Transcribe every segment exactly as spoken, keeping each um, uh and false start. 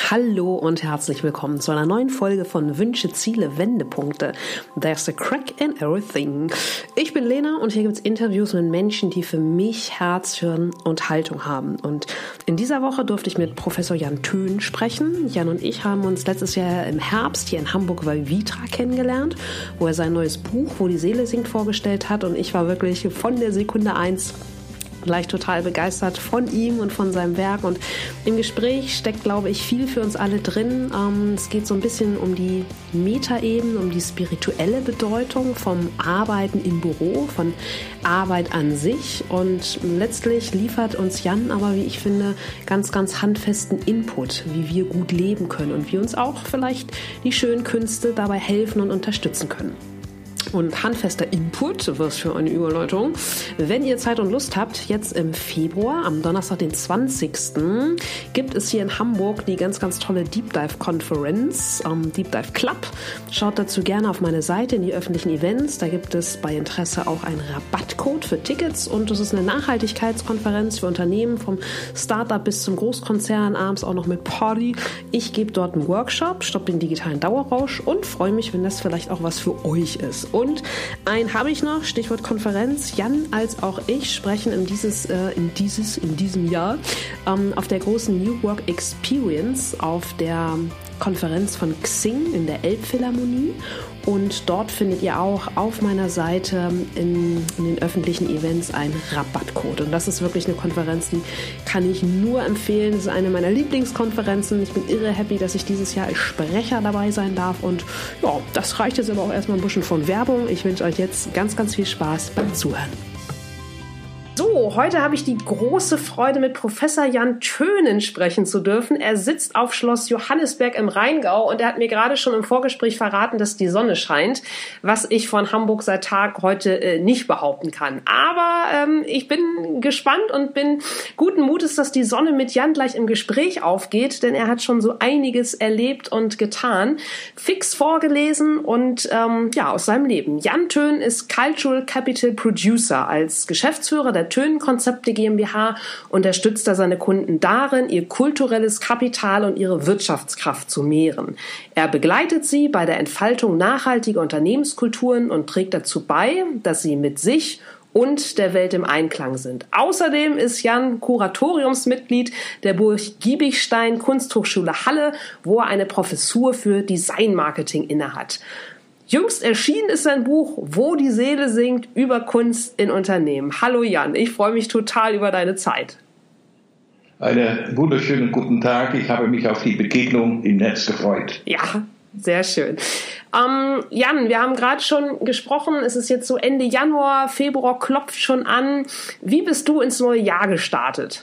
Hallo und herzlich willkommen zu einer neuen Folge von Wünsche, Ziele, Wendepunkte. There's a crack in everything. Ich bin Lena und hier gibt's Interviews mit Menschen, die für mich Herz, Hirn und Haltung haben. Und in dieser Woche durfte ich mit Professor Jan Thön sprechen. Jan und ich haben uns letztes Jahr im Herbst hier in Hamburg bei Vitra kennengelernt, wo er sein neues Buch, Wo die Seele singt, vorgestellt hat. Und ich war wirklich von der Sekunde eins gleich total begeistert von ihm und von seinem Werk. Und im Gespräch steckt, glaube ich, viel für uns alle drin. Ähm, es geht so ein bisschen um die Metaebene, um die spirituelle Bedeutung vom Arbeiten im Büro, von Arbeit an sich. Und letztlich liefert uns Jan aber, wie ich finde, ganz, ganz handfesten Input, wie wir gut leben können und wie uns auch vielleicht die schönen Künste dabei helfen und unterstützen können. Und handfester Input, was für eine Überleitung. Wenn ihr Zeit und Lust habt, jetzt im Februar, am Donnerstag, den zwanzigsten gibt es hier in Hamburg die ganz, ganz tolle Deep Dive Konferenz, ähm, Deep Dive Club. Schaut dazu gerne auf meine Seite in die öffentlichen Events. Da gibt es bei Interesse auch einen Rabattcode für Tickets und das ist eine Nachhaltigkeitskonferenz für Unternehmen vom Startup bis zum Großkonzern, abends auch noch mit Party. Ich gebe dort einen Workshop, stopp den digitalen Dauerrausch und freue mich, wenn das vielleicht auch was für euch ist. Und ein habe ich noch, Stichwort Konferenz. Jan als auch ich sprechen in dieses, äh, in dieses, in diesem Jahr ähm, auf der großen New Work Experience auf der Konferenz von Xing in der Elbphilharmonie. Und dort findet ihr auch auf meiner Seite in, in den öffentlichen Events einen Rabattcode. Und das ist wirklich eine Konferenz, die kann ich nur empfehlen. Das ist eine meiner Lieblingskonferenzen. Ich bin irre happy, dass ich dieses Jahr als Sprecher dabei sein darf. Und ja, das reicht jetzt aber auch erstmal ein bisschen von Werbung. Ich wünsche euch jetzt ganz, ganz viel Spaß beim Zuhören. So, heute habe ich die große Freude, mit Professor Jan Thön sprechen zu dürfen. Er sitzt auf Schloss Johannisberg im Rheingau und er hat mir gerade schon im Vorgespräch verraten, dass die Sonne scheint, was ich von Hamburg seit Tag heute äh, nicht behaupten kann. Aber ähm, ich bin gespannt und bin guten Mutes, dass die Sonne mit Jan gleich im Gespräch aufgeht, denn er hat schon so einiges erlebt und getan. Fix vorgelesen und ähm, ja, aus seinem Leben. Jan Thön ist Cultural Capital Producer. Als Geschäftsführer der Thön-Konzepte GmbH unterstützt er seine Kunden darin, ihr kulturelles Kapital und ihre Wirtschaftskraft zu mehren. Er begleitet sie bei der Entfaltung nachhaltiger Unternehmenskulturen und trägt dazu bei, dass sie mit sich und der Welt im Einklang sind. Außerdem ist Jan Kuratoriumsmitglied der Burg Giebigstein Kunsthochschule Halle, wo er eine Professur für Designmarketing innehat. Jüngst erschienen ist sein Buch Wo die Seele singt über Kunst in Unternehmen. Hallo Jan, ich freue mich total über deine Zeit. Einen wunderschönen guten Tag. Ich habe mich auf die Begegnung im Netz gefreut. Ja, sehr schön. Ähm, Jan, wir haben gerade schon gesprochen, es ist jetzt so Ende Januar, Februar klopft schon an. Wie bist du ins neue Jahr gestartet?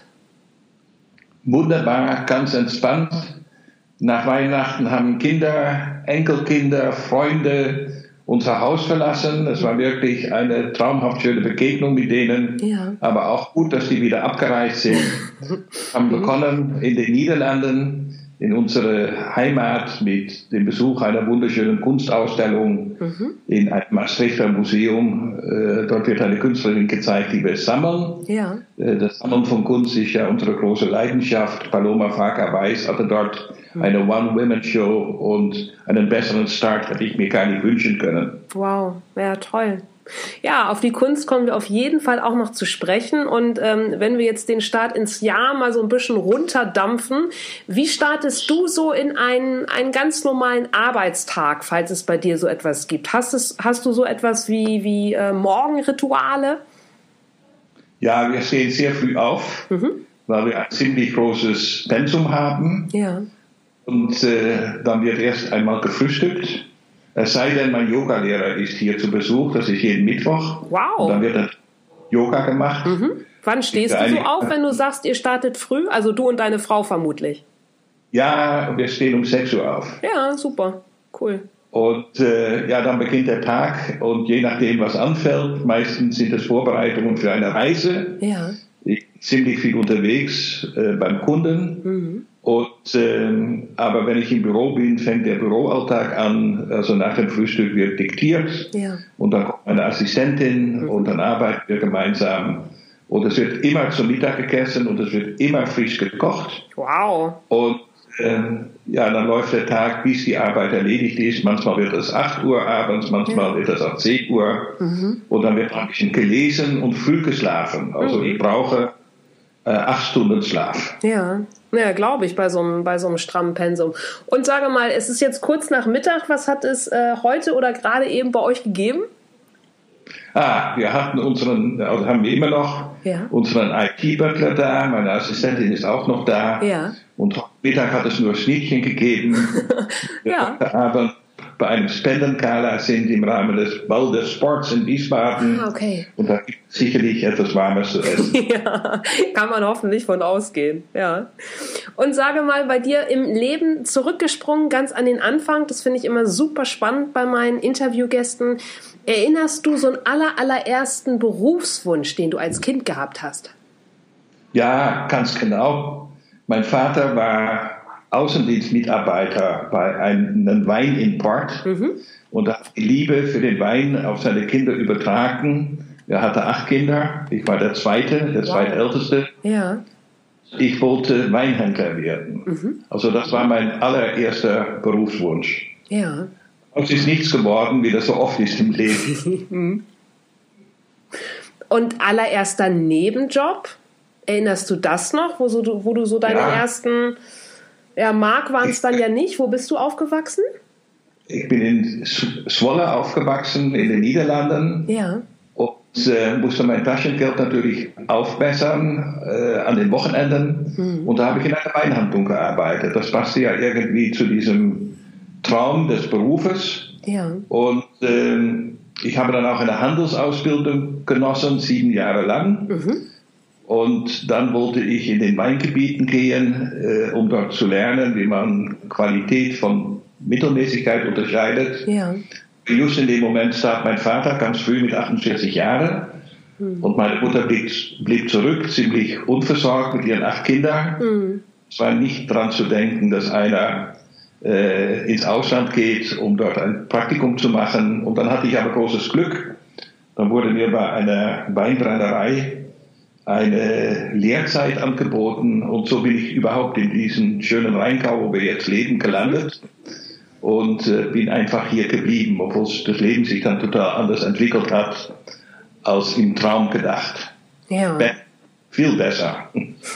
Wunderbar, ganz entspannt. Nach Weihnachten haben Kinder, Enkelkinder, Freunde unser Haus verlassen. Es war wirklich eine traumhaft schöne Begegnung mit denen. Ja. Aber auch gut, dass die wieder abgereist sind. Haben begonnen in den Niederlanden, in unsere Heimat, mit dem Besuch einer wunderschönen Kunstausstellung mhm. in einem Maastrichter Museum. Äh, dort wird eine Künstlerin gezeigt, die wir sammeln. Ja. Äh, das Sammeln von Kunst ist ja unsere große Leidenschaft. Paloma Vaca-Weiß hatte dort eine One-Women-Show und einen besseren Start hätte ich mir gar nicht wünschen können. Wow, ja toll. Ja, auf die Kunst kommen wir auf jeden Fall auch noch zu sprechen. Und ähm, wenn wir jetzt den Start ins Jahr mal so ein bisschen runterdampfen, wie startest du so in einen, einen ganz normalen Arbeitstag, falls es bei dir so etwas gibt? Hast, es, hast du so etwas wie, wie äh, Morgenrituale? Ja, wir stehen sehr früh auf, mhm. weil wir ein ziemlich großes Pensum haben. Ja. Und äh, dann wird erst einmal gefrühstückt. Es sei denn, mein Yogalehrer ist hier zu Besuch, das ist jeden Mittwoch. Wow. Und dann wird dann Yoga gemacht. Mhm. Wann stehst du so auf, wenn du sagst, ihr startet früh? Also du und deine Frau vermutlich. Ja, wir stehen um sechs Uhr auf. Ja, super, cool. Und äh, ja, dann beginnt der Tag und je nachdem, was anfällt, meistens sind es Vorbereitungen für eine Reise. Ja. Ich bin ziemlich viel unterwegs äh, beim Kunden. Mhm. Und, ähm, aber wenn ich im Büro bin, fängt der Büroalltag an. Also nach dem Frühstück wird diktiert. Ja. Und dann kommt eine Assistentin mhm. und dann arbeiten wir gemeinsam. Und es wird immer zum Mittag gegessen und es wird immer frisch gekocht. Wow. Und ähm, ja, dann läuft der Tag, bis die Arbeit erledigt ist. Manchmal wird es acht Uhr abends, manchmal ja. wird es auch zehn Uhr. Mhm. Und dann wird ein bisschen gelesen und früh geschlafen. Also mhm. ich brauche äh, acht Stunden Schlaf. Ja, ja, glaube ich, bei so einem, bei so einem strammen Pensum. Und sage mal, es ist jetzt kurz nach Mittag. Was hat es äh, heute oder gerade eben bei euch gegeben? Ah, wir hatten unseren, also haben wir immer noch ja. unseren I T-Butler da. Meine Assistentin ist auch noch da. Ja. Und heute Mittag hat es nur Schnittchen gegeben. ja. Aber bei einem Spendengala sind im Rahmen des Bau des Sports in Wiesbaden. Ah, okay. Und da gibt es sicherlich etwas Warmes zu essen. ja, kann man hoffentlich von ausgehen. Ja. Und sage mal, bei dir im Leben zurückgesprungen, ganz an den Anfang, das finde ich immer super spannend bei meinen Interviewgästen. Erinnerst du so einen aller, allerersten Berufswunsch, den du als Kind gehabt hast? Ja, ganz genau. Mein Vater war Außendienstmitarbeiter bei einem Weinimport mhm. und hat die Liebe für den Wein auf seine Kinder übertragen. Er hatte acht Kinder, ich war der Zweite, der wow. Zweitälteste. Ja. Ich wollte Weinhändler werden. Mhm. Also das war mein allererster Berufswunsch. Ja. Es ist nichts geworden, wie das so oft ist im Leben. Und allererster Nebenjob? Erinnerst du das noch, wo, so, wo du so deine ja. ersten, ja, Mark waren es dann ja nicht. Wo bist du aufgewachsen? Ich bin in Zwolle aufgewachsen, in den Niederlanden. Ja. Und äh, musste mein Taschengeld natürlich aufbessern äh, an den Wochenenden. Mhm. Und da habe ich in einer Weinhandlung gearbeitet. Das passte ja irgendwie zu diesem Traum des Berufes. Ja. Und ähm, ich habe dann auch eine Handelsausbildung genossen, sieben Jahre lang. Mhm. Und dann wollte ich in den Weingebieten gehen, äh, um dort zu lernen, wie man Qualität von Mittelmäßigkeit unterscheidet. Ja. Just in dem Moment starb mein Vater ganz früh mit achtundvierzig Jahren. Mhm. Und meine Mutter blieb, blieb zurück, ziemlich unversorgt mit ihren acht Kindern. Mhm. Es war nicht dran zu denken, dass einer äh, ins Ausland geht, um dort ein Praktikum zu machen. Und dann hatte ich aber großes Glück. Dann wurde mir bei einer Weinbrennerei eine Lehrzeit angeboten und so bin ich überhaupt in diesen schönen Rheingau, wo wir jetzt leben, gelandet und äh, bin einfach hier geblieben, obwohl das Leben sich dann total anders entwickelt hat, als im Traum gedacht. Ja. Be- viel besser.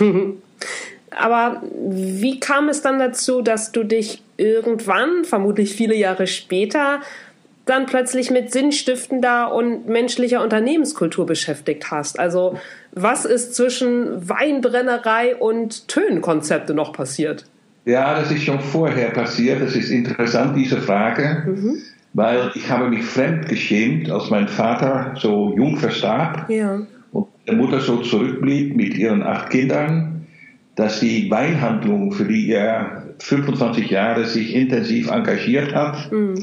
Aber wie kam es dann dazu, dass du dich irgendwann, vermutlich viele Jahre später, dann plötzlich mit sinnstiftender und menschlicher Unternehmenskultur beschäftigt hast? Also was ist zwischen Weinbrennerei und Tönkonzepte noch passiert? Ja, das ist schon vorher passiert. Das ist interessant, diese Frage, mhm. weil ich habe mich fremdgeschämt, als mein Vater so jung verstarb ja. und die Mutter so zurückblieb mit ihren acht Kindern, dass die Weinhandlung, für die er fünfundzwanzig Jahre sich intensiv engagiert hat, mhm.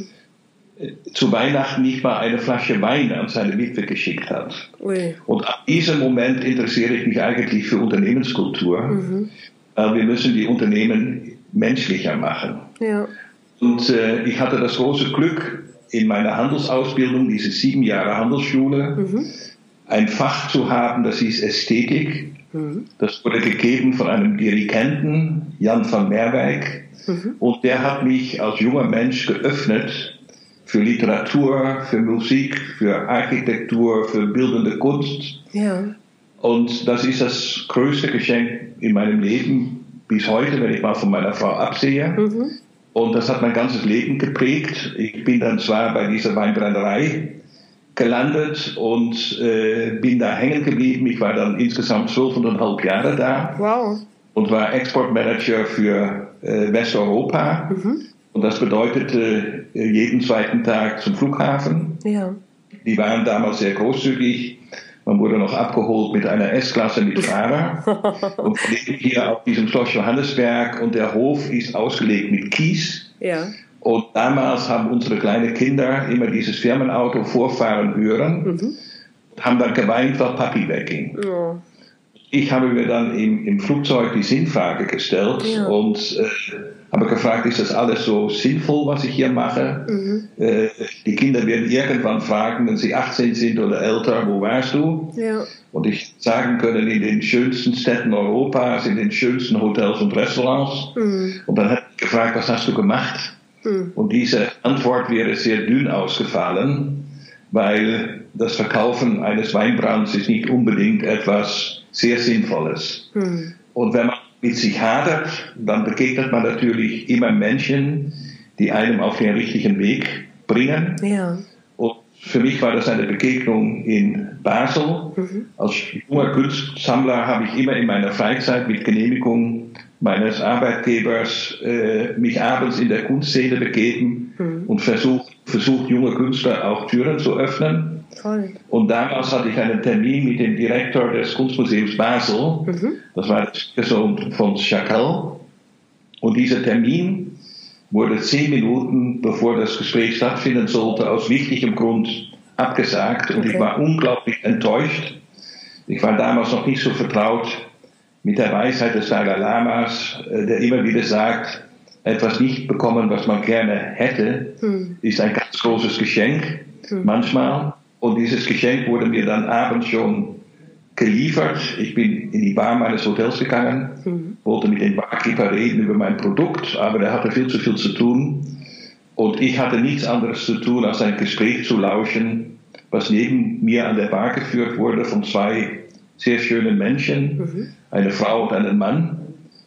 zu Weihnachten nicht mal eine Flasche Wein an seine Witwe geschickt hat. Ui. Und ab diesem Moment interessiere ich mich eigentlich für Unternehmenskultur. Mhm. Äh, wir müssen die Unternehmen menschlicher machen. Ja. Und äh, ich hatte das große Glück, in meiner Handelsausbildung, diese sieben Jahre Handelsschule, mhm. ein Fach zu haben, das hieß Ästhetik. Mhm. Das wurde gegeben von einem Dirigenten, Jan van Merwijk. Mhm. Und der hat mich als junger Mensch geöffnet für Literatur, für Musik, für Architektur, für bildende Kunst. Ja. Und das ist das größte Geschenk in meinem Leben bis heute, wenn ich mal von meiner Frau absehe. Mhm. Und das hat mein ganzes Leben geprägt. Ich bin dann zwar bei dieser Weinbrennerei gelandet und äh, bin da hängen geblieben. Ich war dann insgesamt zwölfeinhalb Jahre da. Wow. Und war Exportmanager für äh, Westeuropa. Mhm. Und das bedeutete jeden zweiten Tag zum Flughafen. Ja. Die waren damals sehr großzügig. Man wurde noch abgeholt mit einer S-Klasse mit Fahrer. Und wir leben hier auf diesem Schloss Johannesberg und der Hof ist ausgelegt mit Kies. Ja. Und damals haben unsere kleinen Kinder immer dieses Firmenauto vorfahren hören mhm. und haben dann geweint, weil Papi wegging. Ja. Ich habe mir dann im, im Flugzeug die Sinnfrage gestellt ja. und äh, habe gefragt, ist das alles so sinnvoll, was ich hier mache? Mhm. Äh, die Kinder werden irgendwann fragen, wenn sie achtzehn sind oder älter, wo warst du? Ja. Und ich sagen können, in den schönsten Städten Europas, in den schönsten Hotels und Restaurants. Mhm. Und dann hat ich gefragt, was hast du gemacht? Mhm. Und diese Antwort wäre sehr dünn ausgefallen, weil das Verkaufen eines Weinbrands ist nicht unbedingt etwas sehr Sinnvolles. Mhm. Und wenn man mit sich hadert, dann begegnet man natürlich immer Menschen, die einem auf den richtigen Weg bringen. Ja. Und für mich war das eine Begegnung in Basel. Mhm. Als junger Kunstsammler habe ich immer in meiner Freizeit mit Genehmigung meines Arbeitgebers äh, mich abends in der Kunstszene begeben mhm. und versucht, versucht, junge Künstler auch Türen zu öffnen. Toll. Und damals hatte ich einen Termin mit dem Direktor des Kunstmuseums Basel. Mhm. Das war der Sohn von Chagall. Und dieser Termin wurde zehn Minuten, bevor das Gespräch stattfinden sollte, aus wichtigem Grund abgesagt. Und okay. ich war unglaublich enttäuscht. Ich war damals noch nicht so vertraut mit der Weisheit des Dalai Lamas, der immer wieder sagt, etwas nicht bekommen, was man gerne hätte, hm. ist ein ganz großes Geschenk, hm. manchmal. Und dieses Geschenk wurde mir dann abends schon geliefert. Ich bin in die Bar meines Hotels gegangen, hm. wollte mit dem Barkeeper reden über mein Produkt, aber der hatte viel zu viel zu tun. Und ich hatte nichts anderes zu tun, als ein Gespräch zu lauschen, was neben mir an der Bar geführt wurde von zwei sehr schönen Menschen, mhm. eine Frau und einen Mann.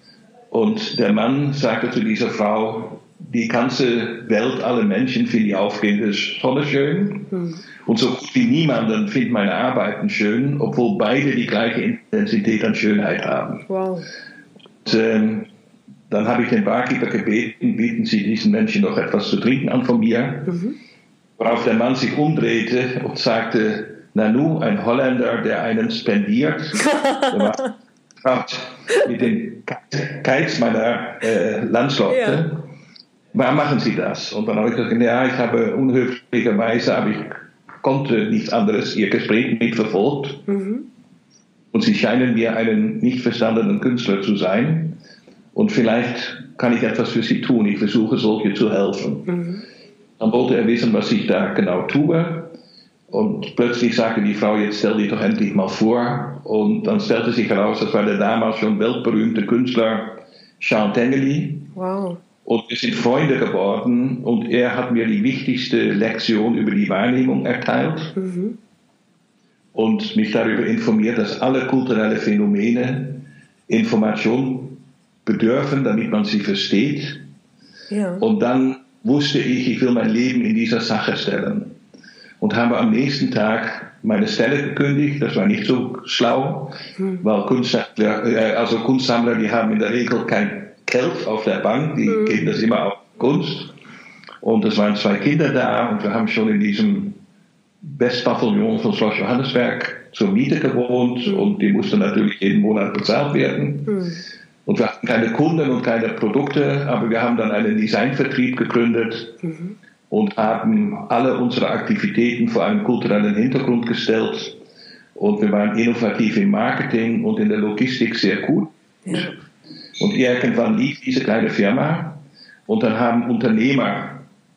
Und der Mann sagte zu dieser Frau, die ganze Welt, alle Menschen finden die aufgehende Sonne schön. Mhm. Und so gut wie niemanden findet meine Arbeiten schön, obwohl beide die gleiche Intensität an Schönheit haben. Wow. Und, ähm, dann habe ich den Barkeeper gebeten, bieten Sie diesen Menschen noch etwas zu trinken an von mir. Mhm. Worauf der Mann sich umdrehte und sagte, Nanu, ein Holländer, der einen spendiert, der macht mit den Kites meiner äh, Landsleute. Ja. Warum machen Sie das? Und dann habe ich gesagt, ja, ich habe unhöflicherweise, aber ich konnte nichts anderes, Ihr Gespräch mitverfolgt. Mhm. Und Sie scheinen mir einen nicht verstandenen Künstler zu sein. Und vielleicht kann ich etwas für Sie tun. Ich versuche, solche zu helfen. Mhm. Dann wollte er wissen, was ich da genau tue. Und plötzlich sagte die Frau, jetzt stell dich doch endlich mal vor. Und dann stellte sich heraus, das war der damals schon weltberühmte Künstler Jean Tinguely. Wow. Und wir sind Freunde geworden. Und er hat mir die wichtigste Lektion über die Wahrnehmung erteilt. Mhm. Und mich darüber informiert, dass alle kulturellen Phänomene Information bedürfen, damit man sie versteht. Ja. Und dann wusste ich, ich will mein Leben in dieser Sache stellen. Und habe am nächsten Tag meine Stelle gekündigt. Das war nicht so schlau, hm. weil Kunstsammler, also Kunstsammler, die haben in der Regel kein Geld auf der Bank, die hm. geben das immer auf Kunst. Und es waren zwei Kinder da und wir haben schon in diesem Westpavillon von Schloss Johannesberg zur Miete gewohnt hm. und die mussten natürlich jeden Monat bezahlt werden. Hm. Und wir hatten keine Kunden und keine Produkte, aber wir haben dann einen Designvertrieb gegründet. Mhm. Und haben alle unsere Aktivitäten vor einen kulturellen Hintergrund gestellt. Und wir waren innovativ im Marketing und in der Logistik sehr gut. Ja. Und irgendwann lief diese kleine Firma. Und dann haben Unternehmer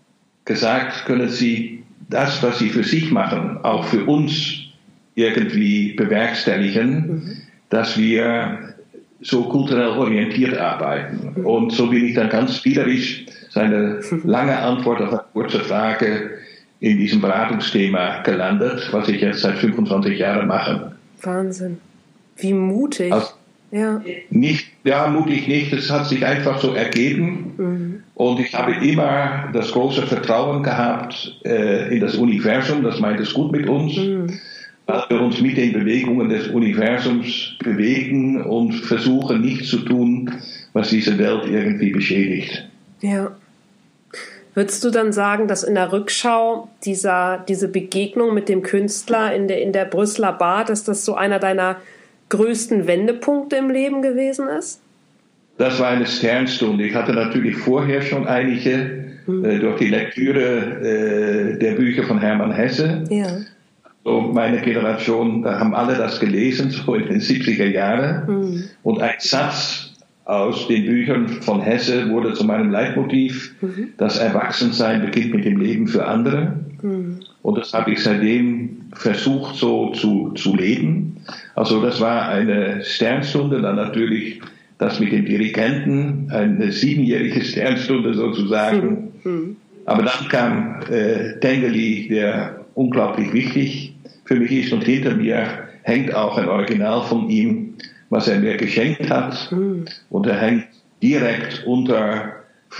gesagt, können Sie das, was Sie für sich machen, auch für uns irgendwie bewerkstelligen, mhm. dass wir so kulturell orientiert arbeiten. Mhm. Und so bin ich dann ganz spielerisch seine lange Antwort auf eine kurze Frage in diesem Beratungsthema gelandet, was ich jetzt seit fünfundzwanzig Jahren mache. Wahnsinn. Wie mutig. Also ja. Nicht, ja, mutig nicht. Es hat sich einfach so ergeben. Mhm. Und ich habe immer das große Vertrauen gehabt äh, in das Universum. Das meint es gut mit uns. Mhm. Weil wir uns mit den Bewegungen des Universums bewegen und versuchen, nichts zu tun, was diese Welt irgendwie beschädigt. Ja. Würdest du dann sagen, dass in der Rückschau dieser, diese Begegnung mit dem Künstler in der, in der Brüsseler Bar, dass das so einer deiner größten Wendepunkte im Leben gewesen ist? Das war eine Sternstunde. Ich hatte natürlich vorher schon einige hm. äh, durch die Lektüre äh, der Bücher von Hermann Hesse. Ja. So meine Generation, da haben alle das gelesen, so in den siebziger Jahren. Hm. Und ein Satz aus den Büchern von Hesse wurde zu meinem Leitmotiv. Mhm. Das Erwachsensein beginnt mit dem Leben für andere. Mhm. Und das habe ich seitdem versucht so zu, zu leben. Also das war eine Sternstunde. Dann natürlich das mit dem Dirigenten, eine siebenjährige Sternstunde sozusagen. Mhm. Aber dann kam äh, Tengeli, der unglaublich wichtig für mich ist, und hinter mir hängt auch ein Original von ihm, was er mir geschenkt hat. Mhm. Und er hängt direkt unter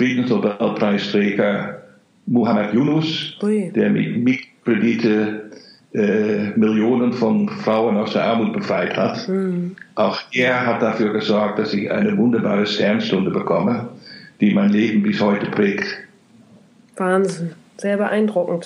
Friedensnobelpreisträger Muhammad Yunus, Ui. der mit Mikrokredite äh, Millionen von Frauen aus der Armut befreit hat. Mhm. Auch er hat dafür gesorgt, dass ich eine wunderbare Sternstunde bekomme, die mein Leben bis heute prägt. Wahnsinn, sehr beeindruckend.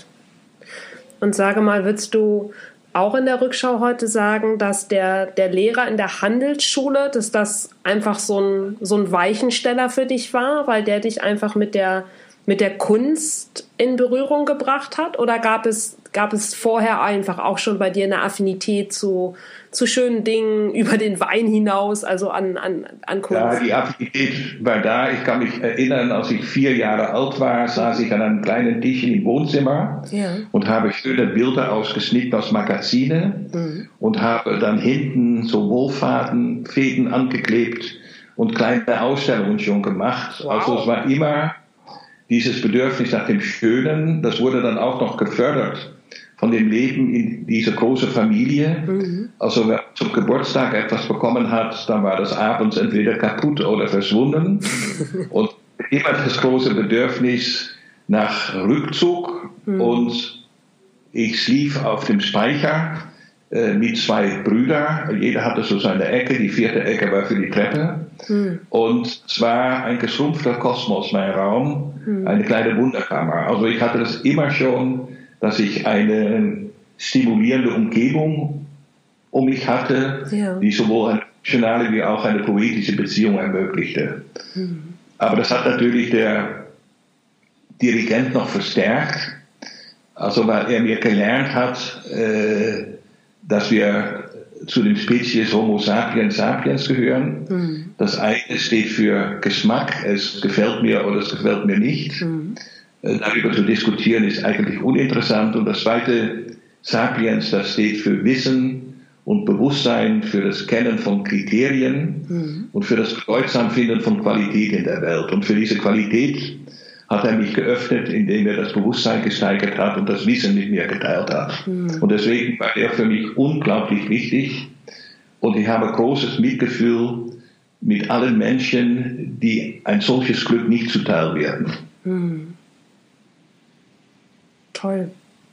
Und sage mal, würdest du auch in der Rückschau heute sagen, dass der, der Lehrer in der Handelsschule, dass das einfach so ein, so ein Weichensteller für dich war, weil der dich einfach mit der, mit der Kunst in Berührung gebracht hat? Oder gab es, gab es vorher einfach auch schon bei dir eine Affinität zu, zu schönen Dingen über den Wein hinaus, also an, an, an Kunst? Ja, die Affinität war da. Ich kann mich erinnern, als ich vier Jahre alt war, saß ich an einem kleinen Tischchen im Wohnzimmer ja. und habe schöne Bilder ausgeschnitten aus Magazinen mhm. und habe dann hinten so Wohlfahrten, Fäden angeklebt und kleine Ausstellungen schon gemacht. Wow. Also es war immer dieses Bedürfnis nach dem Schönen, das wurde dann auch noch gefördert von dem Leben in dieser großen Familie. Mhm. Also wer zum Geburtstag etwas bekommen hat, dann war das abends entweder kaputt oder verschwunden. Und immer das große Bedürfnis nach Rückzug. Mhm. Und ich schlief auf dem Speicher äh, mit zwei Brüdern. Jeder hatte so seine Ecke. Die vierte Ecke war für die Treppe. Mhm. Und es war ein geschrumpfter Kosmos, mein Raum. Mhm. Eine kleine Wunderkammer. Also ich hatte das immer schon, dass ich eine stimulierende Umgebung um mich hatte, ja. die sowohl eine emotionale wie auch eine poetische Beziehung ermöglichte. Mhm. Aber das hat natürlich der Dirigent noch verstärkt, also weil er mir gelernt hat, äh, dass wir zu dem Spezies Homo sapiens sapiens gehören. Mhm. Das eine steht für Geschmack, es gefällt mir oder es gefällt mir nicht. Mhm. Darüber zu diskutieren ist eigentlich uninteressant. Und das zweite, Sapiens, das steht für Wissen und Bewusstsein, für das Kennen von Kriterien mhm. und für das Bedeutsamfinden von Qualität in der Welt. Und für diese Qualität hat er mich geöffnet, indem er das Bewusstsein gesteigert hat und das Wissen mit mir geteilt hat. Mhm. Und deswegen war er für mich unglaublich wichtig. Und ich habe großes Mitgefühl mit allen Menschen, die ein solches Glück nicht zuteil werden. Mhm. Toll.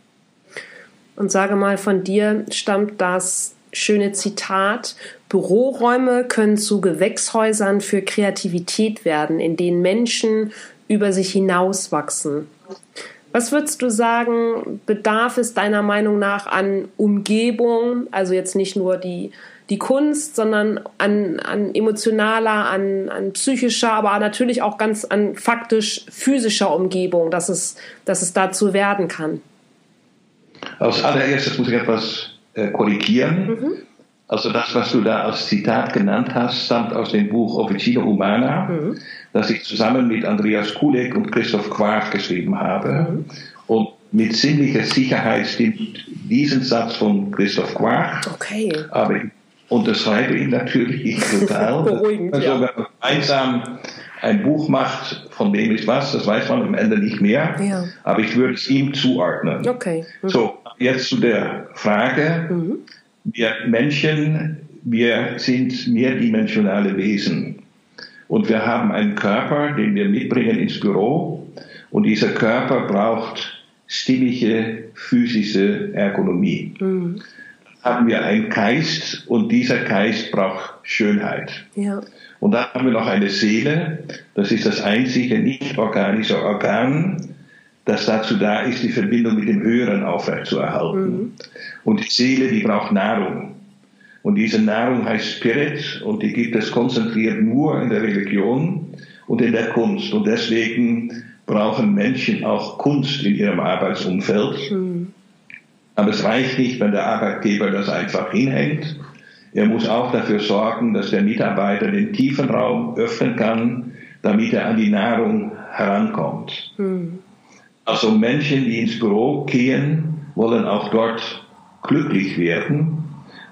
Und sage mal, von dir stammt das schöne Zitat: Büroräume können zu Gewächshäusern für Kreativität werden, in denen Menschen über sich hinauswachsen. Was würdest du sagen, bedarf es deiner Meinung nach an Umgebung, also jetzt nicht nur die, die Kunst, sondern an, an emotionaler, an, an psychischer, aber natürlich auch ganz an faktisch physischer Umgebung, dass es, dass es dazu werden kann? Als allererstes muss ich etwas äh, korrigieren. Mhm. Also das, was du da als Zitat genannt hast, stammt aus dem Buch Officina Humana, mhm. das ich zusammen mit Andreas Kulek und Christoph Quark geschrieben habe. Mhm. Und mit ziemlicher Sicherheit stimmt diesen Satz von Christoph Quark. Okay. Aber ich unterschreibe ihn natürlich ich total. Beruhigend, also, ja. wenn man einsam ein Buch macht, von wem ist was, das weiß man am Ende nicht mehr. Ja. Aber ich würde es ihm zuordnen. Okay. Mhm. So, jetzt zu der Frage. Mhm. Wir Menschen, wir sind mehrdimensionale Wesen. Und wir haben einen Körper, den wir mitbringen ins Büro. Und dieser Körper braucht stimmige physische Ergonomie. Mhm. Dann haben wir einen Geist und dieser Geist braucht Schönheit. Ja. Und dann haben wir noch eine Seele. Das ist das einzige nicht organische Organ, das dazu da ist, die Verbindung mit dem Höheren aufrechtzuerhalten. Mhm. Und die Seele, die braucht Nahrung. Und diese Nahrung heißt Spirit und die gibt es konzentriert nur in der Religion und in der Kunst. Und deswegen brauchen Menschen auch Kunst in ihrem Arbeitsumfeld. Mhm. Aber es reicht nicht, wenn der Arbeitgeber das einfach hinhängt. Er muss auch dafür sorgen, dass der Mitarbeiter den tiefen Raum öffnen kann, damit er an die Nahrung herankommt. Mhm. Also Menschen, die ins Büro gehen, wollen auch dort glücklich werden.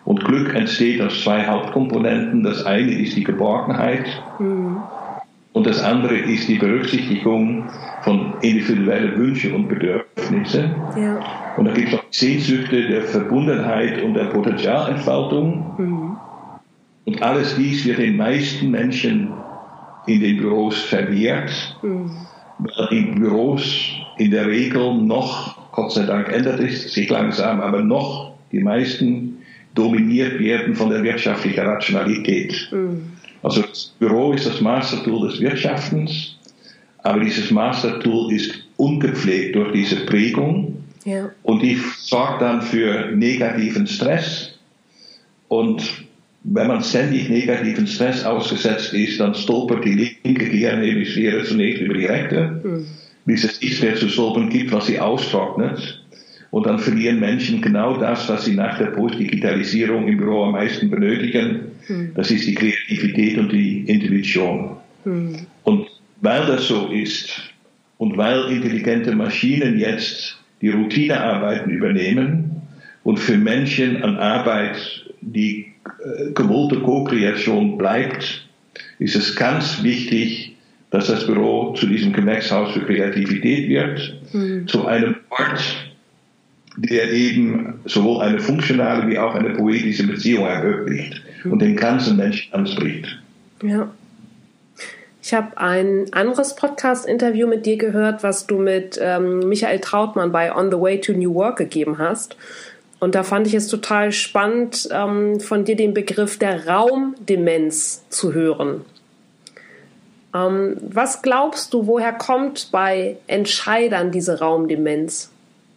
Und Glück entsteht aus zwei Hauptkomponenten. Das eine ist die Geborgenheit mhm. und das andere ist die Berücksichtigung von individuellen Wünschen und Bedürfnissen. Ja. Und da gibt es auch Sehnsüchte der Verbundenheit und der Potenzialentfaltung. Mhm. Und alles dies wird den meisten Menschen in den Büros verwehrt, mhm. weil die Büros in der Regel noch, Gott sei Dank ändert es sich langsam, aber noch die meisten dominiert werden von der wirtschaftlichen Rationalität. Mhm. Also das Büro ist das Mastertool des Wirtschaftens, aber dieses Mastertool ist ungepflegt durch diese Prägung ja. und die sorgt dann für negativen Stress. Und wenn man ständig negativen Stress ausgesetzt ist, dann stolpert die linke Gehirnhemisphäre zunächst über die rechte, mhm. bis es nichts mehr zu stolpern gibt, was sie austrocknet. Und dann verlieren Menschen genau das, was sie nach der Postdigitalisierung im Büro am meisten benötigen. Mhm. Das ist die Kreativität und die Intuition. Mhm. Und weil das so ist und weil intelligente Maschinen jetzt die Routinearbeiten übernehmen und für Menschen an Arbeit die äh, gewollte Co-Kreation bleibt, ist es ganz wichtig, dass das Büro zu diesem Gewächshaus für Kreativität wird, mhm. zu einem Ort, der eben sowohl eine funktionale wie auch eine poetische Beziehung ermöglicht mhm. und den ganzen Menschen anspricht. Ja. Ich habe ein anderes Podcast-Interview mit dir gehört, was du mit ähm, Michael Trautmann bei On the Way to New Work gegeben hast. Und da fand ich es total spannend, ähm, von dir den Begriff der Raumdemenz zu hören. Ähm, was glaubst du, woher kommt bei Entscheidern diese Raumdemenz?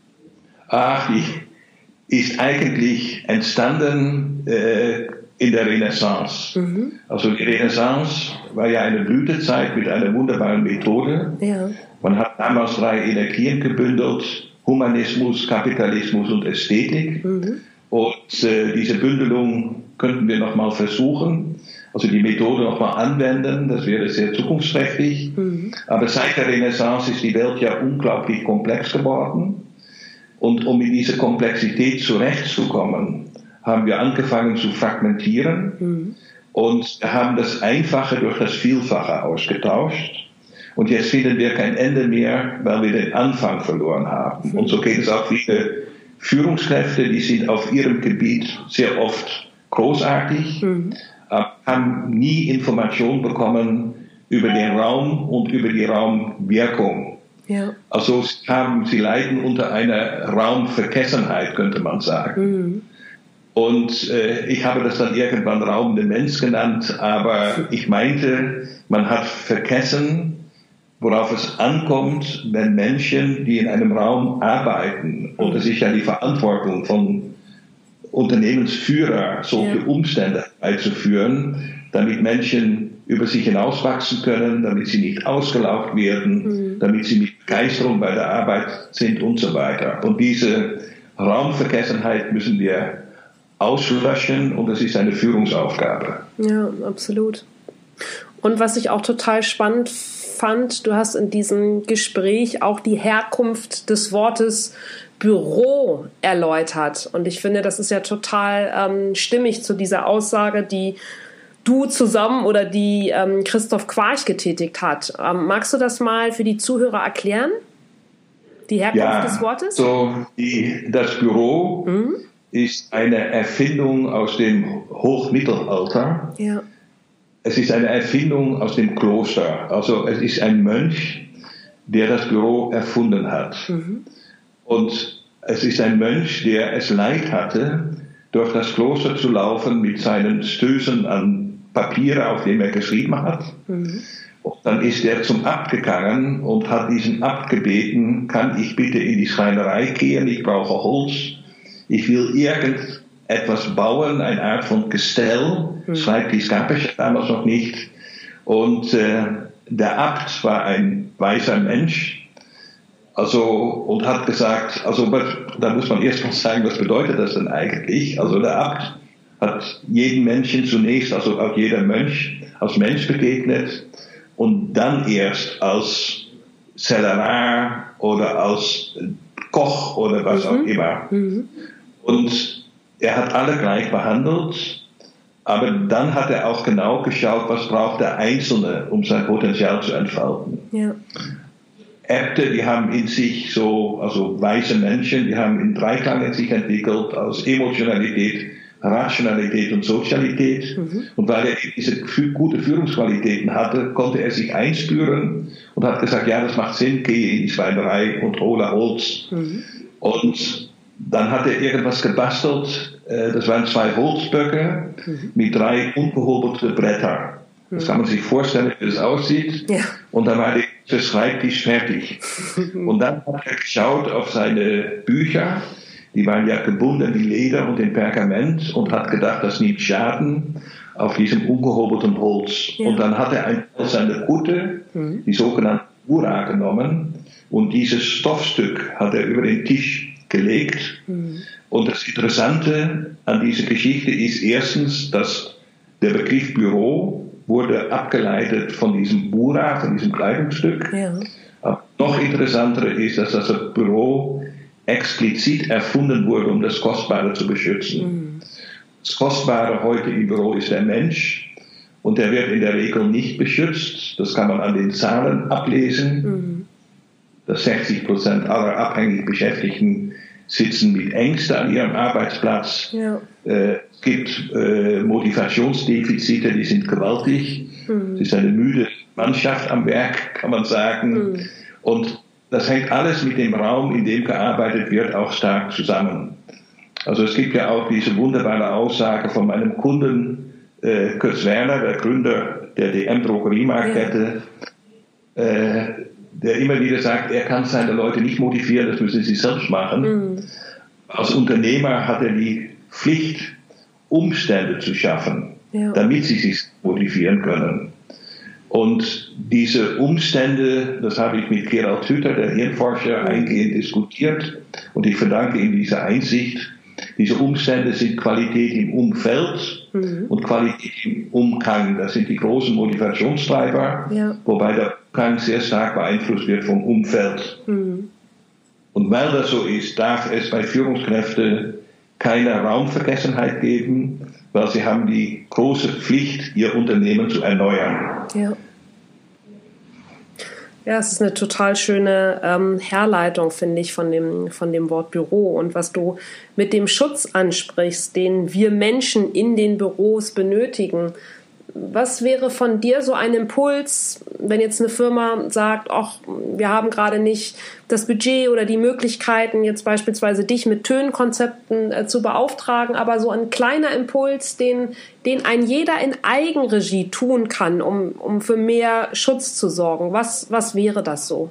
Ach, die ist eigentlich entstanden äh, in der Renaissance. Mhm. Also die Renaissance war ja eine Blütezeit mit einer wunderbaren Methode. Ja. Man hat damals drei Energien gebündelt: Humanismus, Kapitalismus und Ästhetik. Mhm. Und äh, diese Bündelung könnten wir nochmal versuchen, also die Methode nochmal anwenden, das wäre sehr zukunftsträchtig. Mhm. Aber seit der Renaissance ist die Welt ja unglaublich komplex geworden. Und um in diese Komplexität zurechtzukommen, haben wir angefangen zu fragmentieren mhm. und haben das Einfache durch das Vielfache ausgetauscht. Und jetzt finden wir kein Ende mehr, weil wir den Anfang verloren haben. Mhm. Und so geht es auch viele Führungskräfte, die sind auf ihrem Gebiet sehr oft großartig, mhm. aber haben nie Informationen bekommen über den Raum und über die Raumwirkung. Ja. Also sie, haben, sie leiden unter einer Raumvergessenheit, könnte man sagen. Mhm. Und äh, ich habe das dann irgendwann Raumdemenz genannt, aber ich meinte, man hat vergessen, worauf es ankommt, wenn Menschen, die in einem Raum arbeiten oder sich an die Verantwortung von Unternehmensführer solche ja. Umstände einzuführen, damit Menschen über sich hinauswachsen können, damit sie nicht ausgelaugt werden, mhm. damit sie mit Begeisterung bei der Arbeit sind und so weiter. Und diese Raumvergessenheit müssen wir auslöschen und das ist eine Führungsaufgabe. Ja, absolut. Und was ich auch total spannend fand, du hast in diesem Gespräch auch die Herkunft des Wortes Büro erläutert. Und ich finde, das ist ja total ähm, stimmig zu dieser Aussage, die du zusammen oder die ähm, Christoph Quarch getätigt hat. Ähm, magst du das mal für die Zuhörer erklären? Die Herkunft ja, des Wortes? So die, das Büro mhm. ist eine Erfindung aus dem Hochmittelalter. Ja. Es ist eine Erfindung aus dem Kloster. Also es ist ein Mönch, der das Büro erfunden hat. Mhm. Und es ist ein Mönch, der es leid hatte, durch das Kloster zu laufen mit seinen Stößen an Papiere, auf dem er geschrieben hat. Mhm. Und dann ist er zum Abt gegangen und hat diesen Abt gebeten, kann ich bitte in die Schreinerei gehen, ich brauche Holz, ich will irgendetwas bauen, eine Art von Gestell, mhm. Schreibtisch gab es damals noch nicht. Und äh, der Abt war ein weiser Mensch, also, und hat gesagt, also, da muss man erst mal sagen, was bedeutet das denn eigentlich? Also, der Abt hat jeden Menschen zunächst, also auch jeder Mönch, als Mensch begegnet und dann erst als Zellerar oder als Koch oder was mhm. auch immer. Mhm. Und er hat alle gleich behandelt, aber dann hat er auch genau geschaut, was braucht der Einzelne, um sein Potenzial zu entfalten. Ja. Äbte, die haben in sich so, also weise Menschen, die haben in Dreiklang in sich entwickelt aus Emotionalität, Rationalität und Sozialität. Mhm. Und weil er diese gute Führungsqualitäten hatte, konnte er sich einspüren und hat gesagt, ja, das macht Sinn, gehe in die Schreinerei und hole Holz. Mhm. Und dann hat er irgendwas gebastelt, das waren zwei Holzböcke mhm. mit drei ungehobelten Brettern. Das kann man sich vorstellen, wie das aussieht. Ja. Und dann war der Schreibtisch fertig. Und dann hat er geschaut auf seine Bücher. Die waren ja gebunden in Leder und in Pergament und hat gedacht, das nimmt Schaden auf diesem ungehobelten Holz. Ja. Und dann hat er ein, seine Kutte, mhm. die sogenannte Ura, genommen und dieses Stoffstück hat er über den Tisch gelegt. Mhm. Und das Interessante an dieser Geschichte ist erstens, dass der Begriff Büro wurde abgeleitet von diesem Bura, von diesem Kleidungsstück. Ja. Aber noch interessanter ist, dass das Büro explizit erfunden wurde, um das Kostbare zu beschützen. Mhm. Das Kostbare heute im Büro ist der Mensch und der wird in der Regel nicht beschützt. Das kann man an den Zahlen ablesen. Mhm. Dass sechzig Prozent aller abhängig Beschäftigten sitzen mit Ängsten an ihrem Arbeitsplatz. Ja. Äh, es gibt äh, Motivationsdefizite, die sind gewaltig. Mhm. Es ist eine müde Mannschaft am Werk, kann man sagen. Mhm. Und das hängt alles mit dem Raum, in dem gearbeitet wird, auch stark zusammen. Also es gibt ja auch diese wunderbare Aussage von meinem Kunden, äh, Kurt Werner, der Gründer der D M-Drogeriemarktkette, ja. äh, der immer wieder sagt, er kann seine Leute nicht motivieren, das müssen sie selbst machen. Mhm. Als Unternehmer hat er die Pflicht, Umstände zu schaffen, ja. damit sie sich motivieren können. Und diese Umstände, das habe ich mit Gerald Hüther, der Hirnforscher, mhm. eingehend diskutiert. Und ich verdanke ihm diese Einsicht. Diese Umstände sind Qualität im Umfeld mhm. und Qualität im Umgang. Das sind die großen Motivationstreiber, ja. wobei der Umgang sehr stark beeinflusst wird vom Umfeld. Mhm. Und weil das so ist, darf es bei Führungskräften keine Raumvergessenheit geben, weil sie haben die große Pflicht, ihr Unternehmen zu erneuern. Ja. Ja, es ist eine total schöne ähm, Herleitung, finde ich, von dem, von dem Wort Büro. Und was du mit dem Schutz ansprichst, den wir Menschen in den Büros benötigen. Was wäre von dir so ein Impuls, wenn jetzt eine Firma sagt, ach, wir haben gerade nicht das Budget oder die Möglichkeiten, jetzt beispielsweise dich mit Tönkonzepten äh, zu beauftragen, aber so ein kleiner Impuls, den, den ein jeder in Eigenregie tun kann, um, um für mehr Schutz zu sorgen. Was, was wäre das so?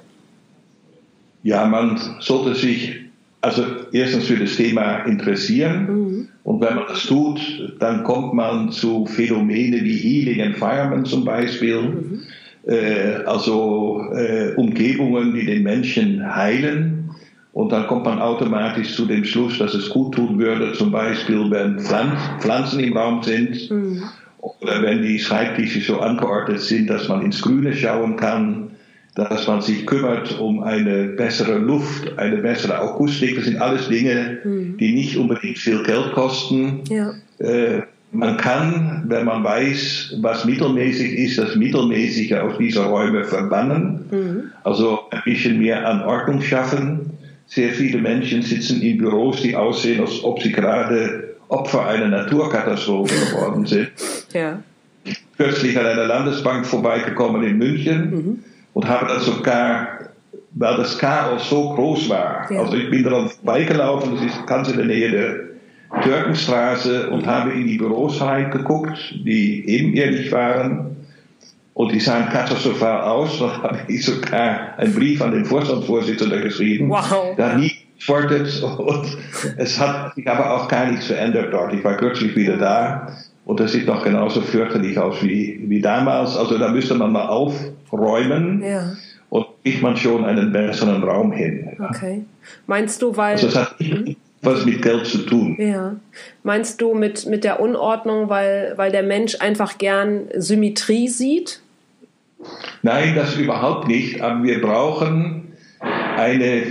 Ja, man sollte sich also erstens für das Thema interessieren. Mhm. Und wenn man das tut, dann kommt man zu Phänomenen wie Healing Environment zum Beispiel. Mhm. Äh, also äh, Umgebungen, die den Menschen heilen. Und dann kommt man automatisch zu dem Schluss, dass es gut tun würde, zum Beispiel wenn Pflanz, Pflanzen im Raum sind. Mhm. Oder wenn die Schreibtische so angeordnet sind, dass man ins Grüne schauen kann. Dass man sich kümmert um eine bessere Luft, eine bessere Akustik. Das sind alles Dinge, mhm. die nicht unbedingt viel Geld kosten. Ja. Äh, man kann, wenn man weiß, was mittelmäßig ist, das Mittelmäßige aus dieser Räume verbannen. Mhm. Also ein bisschen mehr an Ordnung schaffen. Sehr viele Menschen sitzen in Büros, die aussehen, als ob sie gerade Opfer einer Naturkatastrophe geworden sind. Ja. Kürzlich an einer Landesbank vorbeigekommen in München. Mhm. Und habe das sogar, weil das Chaos so groß war. Ja. Also ich bin daran vorbeigelaufen, das ist ganz in der Nähe der Türkenstraße, und habe in die Büros reingeguckt, die ebenerdig waren. Und die sahen katastrophal aus. Dann habe ich sogar einen Brief an den Vorstandsvorsitzenden geschrieben. Wow. Da nie geantwortet. Und es hat sich aber auch gar nichts verändert dort. Ich war kürzlich wieder da. Und das sieht noch genauso fürchterlich aus wie, wie damals. Also da müsste man mal aufräumen. Ja. Und kriegt man schon einen besseren Raum hin. Okay. Meinst du, weil... Also das hat nicht was mit Geld zu tun. Ja. Meinst du mit, mit der Unordnung, weil, weil der Mensch einfach gern Symmetrie sieht? Nein, das überhaupt nicht. Aber wir brauchen eine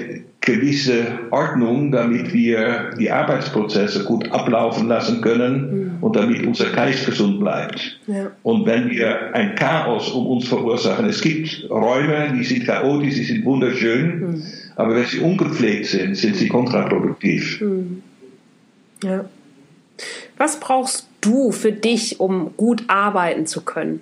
gewisse Ordnung, damit wir die Arbeitsprozesse gut ablaufen lassen können mhm. und damit unser Geist gesund bleibt. Ja. Und wenn wir ein Chaos um uns verursachen, es gibt Räume, die sind chaotisch, die sind wunderschön, mhm. aber wenn sie ungepflegt sind, sind sie kontraproduktiv. Mhm. Ja. Was brauchst du für dich, um gut arbeiten zu können?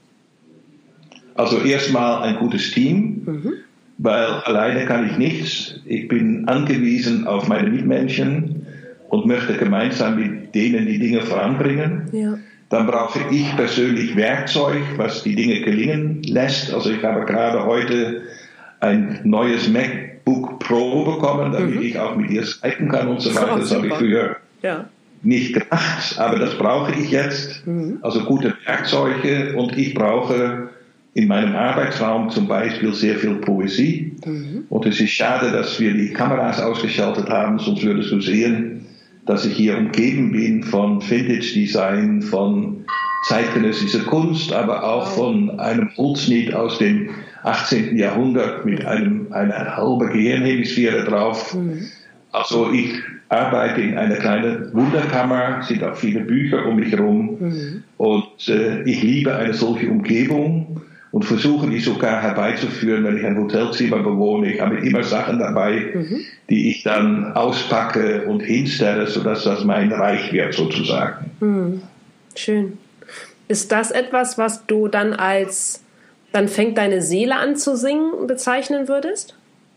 Also erstmal ein gutes Team. Mhm. Weil alleine kann ich nichts. Ich bin angewiesen auf meine Mitmenschen und möchte gemeinsam mit denen die Dinge voranbringen. Ja. Dann brauche ich persönlich Werkzeug, was die Dinge gelingen lässt. Also ich habe gerade heute ein neues MacBook Pro bekommen, damit mhm. ich auch mit ihr skypen kann und so weiter. Oh, das habe ich früher ja. nicht gemacht, aber das brauche ich jetzt. Mhm. Also gute Werkzeuge, und ich brauche in meinem Arbeitsraum zum Beispiel sehr viel Poesie. Mhm. Und es ist schade, dass wir die Kameras ausgeschaltet haben, sonst würdest du sehen, dass ich hier umgeben bin von Vintage-Design, von zeitgenössischer Kunst, aber auch von einem Holzschnitt aus dem achtzehnten Jahrhundert mit einem, einer halben Gehirnhemisphäre drauf. Mhm. Also ich arbeite in einer kleinen Wunderkammer, es sind auch viele Bücher um mich herum. Mhm. Und äh, ich liebe eine solche Umgebung. Und versuche die sogar herbeizuführen, wenn ich ein Hotelzimmer bewohne. Ich habe immer Sachen dabei, mhm. die ich dann auspacke und hinstelle, sodass das mein Reich wird, sozusagen. Mhm. Schön. Ist das etwas, was du dann als, dann fängt deine Seele an zu singen, bezeichnen würdest?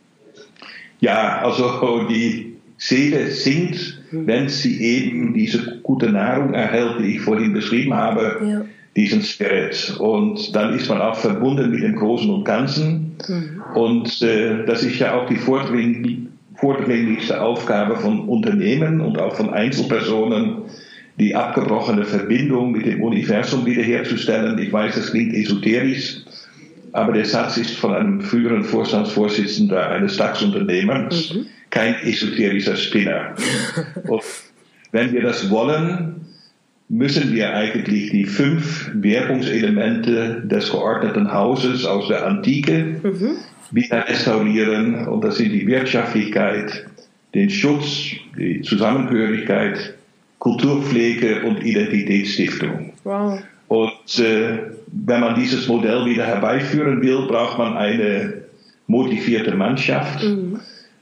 Ja, also die Seele singt, mhm. wenn sie eben diese gute Nahrung erhält, die ich vorhin beschrieben habe. Ja. Diesen Spirit. Und dann ist man auch verbunden mit dem Großen und Ganzen. Mhm. Und äh, das ist ja auch die vordring- vordringlichste Aufgabe von Unternehmen und auch von Einzelpersonen, die abgebrochene Verbindung mit dem Universum wiederherzustellen. Ich weiß, das klingt esoterisch, aber der Satz ist von einem früheren Vorstandsvorsitzenden eines DAX-Unternehmens, mhm. kein esoterischer Spinner. Und wenn wir das wollen, müssen wir eigentlich die fünf Wirkungselemente des geordneten Hauses aus der Antike mhm. wieder restaurieren. Und das sind die Wirtschaftlichkeit, den Schutz, die Zusammengehörigkeit, Kulturpflege und Identitätsstiftung. Wow. Und äh, wenn man dieses Modell wieder herbeiführen will, braucht man eine motivierte Mannschaft. Mhm.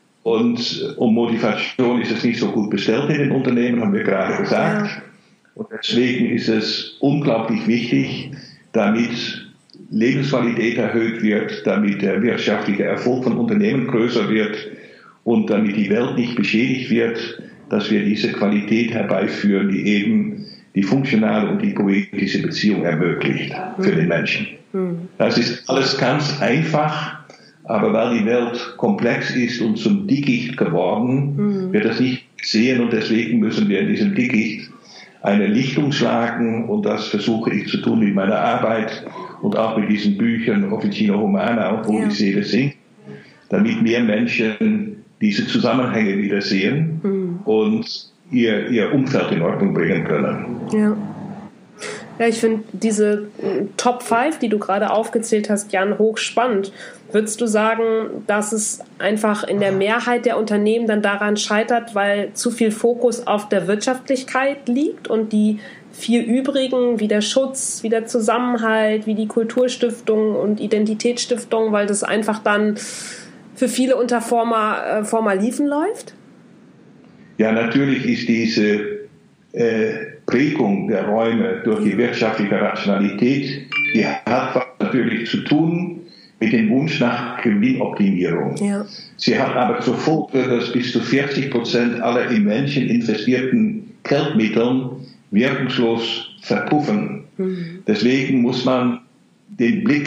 Und um Motivation ist es nicht so gut bestellt in den Unternehmen, haben wir gerade gesagt. Ja. Und deswegen ist es unglaublich wichtig, damit Lebensqualität erhöht wird, damit der wirtschaftliche Erfolg von Unternehmen größer wird und damit die Welt nicht beschädigt wird, dass wir diese Qualität herbeiführen, die eben die funktionale und die poetische Beziehung ermöglicht für den Menschen. Das ist alles ganz einfach, aber weil die Welt komplex ist und zum Dickicht geworden, wird das nicht gesehen, und deswegen müssen wir in diesem Dickicht eine Lichtung schlagen, und das versuche ich zu tun mit meiner Arbeit und auch mit diesen Büchern Officina Humana, wo ja. die Seele singt, damit mehr Menschen diese Zusammenhänge wieder sehen mhm. und ihr, ihr Umfeld in Ordnung bringen können. Ja. Ja, ich finde diese Top fünf, die du gerade aufgezählt hast, Jan, hochspannend. Würdest du sagen, dass es einfach in der Mehrheit der Unternehmen dann daran scheitert, weil zu viel Fokus auf der Wirtschaftlichkeit liegt und die vier übrigen, wie der Schutz, wie der Zusammenhalt, wie die Kulturstiftung und Identitätsstiftung, weil das einfach dann für viele unter Forma, äh, Formaliven läuft? Ja, natürlich ist diese äh, Prägung der Räume durch die wirtschaftliche Rationalität, die hat natürlich zu tun mit dem Wunsch nach Gewinnoptimierung. Ja. Sie hat aber zur Folge, dass bis zu vierzig Prozent aller in Menschen investierten Geldmitteln wirkungslos verpuffen. Mhm. Deswegen muss man den Blick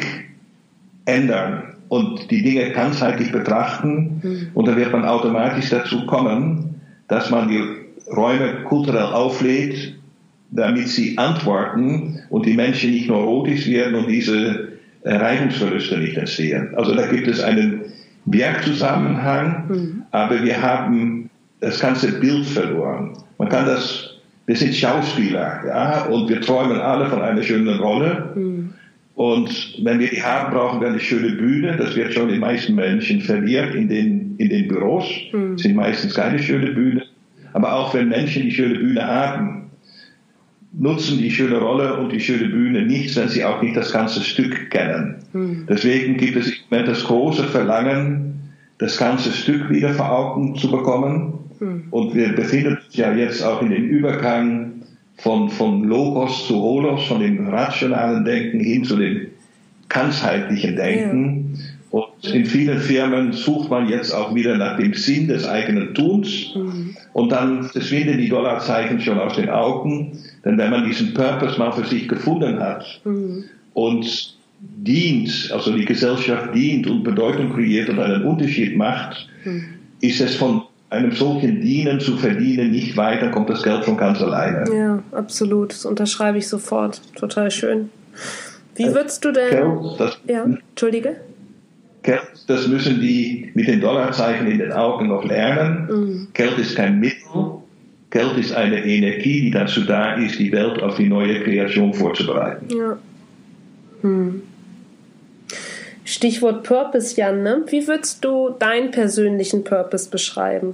ändern und die Dinge ganzheitlich betrachten. Mhm. Und dann wird man automatisch dazu kommen, dass man die Räume kulturell auflädt, damit sie antworten und die Menschen nicht neurotisch werden und diese Reibungsverluste nicht entstehen. Also da gibt es einen Werkzusammenhang, mhm. aber wir haben das ganze Bild verloren. Man kann das, wir sind Schauspieler, ja, und wir träumen alle von einer schönen Rolle, mhm. Und wenn wir die haben, brauchen wir eine schöne Bühne. Das wird schon den meisten Menschen verwirrt in den, in den Büros. Mhm. Es sind meistens keine schöne Bühne. Aber auch wenn Menschen die schöne Bühne haben, nutzen die schöne Rolle und die schöne Bühne nichts, wenn sie auch nicht das ganze Stück kennen. Mhm. Deswegen gibt es im Moment das große Verlangen, das ganze Stück wieder vor Augen zu bekommen. Mhm. Und wir befinden uns ja jetzt auch in dem Übergang von, von Logos zu Holos, von dem rationalen Denken hin zu dem ganzheitlichen Denken. Ja. Und in vielen Firmen sucht man jetzt auch wieder nach dem Sinn des eigenen Tuns. Mhm. Und dann verschwinden die Dollarzeichen schon aus den Augen. Denn wenn man diesen Purpose mal für sich gefunden hat mhm. und dient, also die Gesellschaft dient und Bedeutung kreiert und einen Unterschied macht, mhm. ist es von einem solchen Dienen zu verdienen nicht weit, dann kommt das Geld von ganz alleine. Ja, absolut. Das unterschreibe ich sofort. Total schön. Wie würdest du denn... Geld, das, ja, Entschuldige? Geld, das müssen die mit den Dollarzeichen in den Augen noch lernen. Mhm. Geld ist kein Mittel. Geld ist eine Energie, die dazu da ist, die Welt auf die neue Kreation vorzubereiten. Ja. Hm. Stichwort Purpose, Jan, ne? Wie würdest du deinen persönlichen Purpose beschreiben?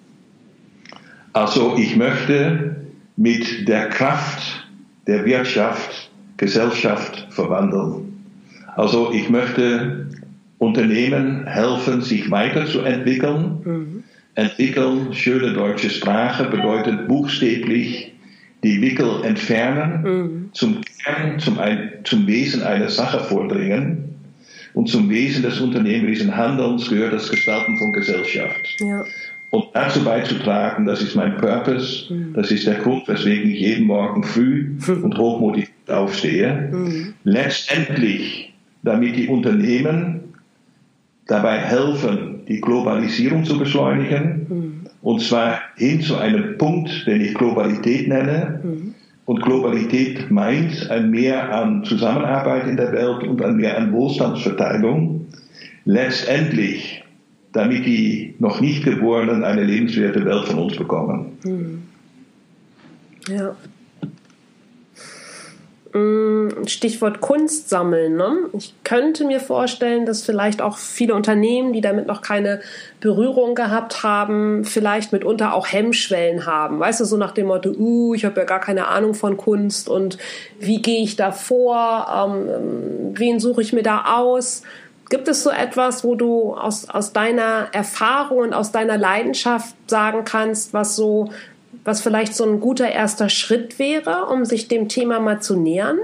Also ich möchte mit der Kraft der Wirtschaft Gesellschaft verwandeln. Also ich möchte Unternehmen helfen, sich weiterzuentwickeln. Mhm. Entwickeln, schöne deutsche Sprache, bedeutet buchstäblich die Wickel entfernen, mhm. zum Kern, zum, zum Wesen einer Sache vordringen. Und zum Wesen des unternehmerischen Handelns gehört das Gestalten von Gesellschaft. Ja. Und dazu beizutragen, das ist mein Purpose, mhm. das ist der Grund, weswegen ich jeden Morgen früh und hochmotiviert aufstehe. Mhm. Letztendlich, damit die Unternehmen dabei helfen, die Globalisierung zu beschleunigen, mhm. und zwar hin zu einem Punkt, den ich Globalität nenne. Mhm. Und Globalität meint ein Mehr an Zusammenarbeit in der Welt und ein Mehr an Wohlstandsverteilung. Letztendlich, damit die noch nicht Geborenen eine lebenswerte Welt von uns bekommen. Mhm. Ja. Stichwort Kunst sammeln. Ne? Ich könnte mir vorstellen, dass vielleicht auch viele Unternehmen, die damit noch keine Berührung gehabt haben, vielleicht mitunter auch Hemmschwellen haben. Weißt du, so nach dem Motto, uh, ich habe ja gar keine Ahnung von Kunst und wie gehe ich da vor, ähm, wen suche ich mir da aus? Gibt es so etwas, wo du aus, aus deiner Erfahrung und aus deiner Leidenschaft sagen kannst, was so was vielleicht so ein guter erster Schritt wäre, um sich dem Thema mal zu nähern?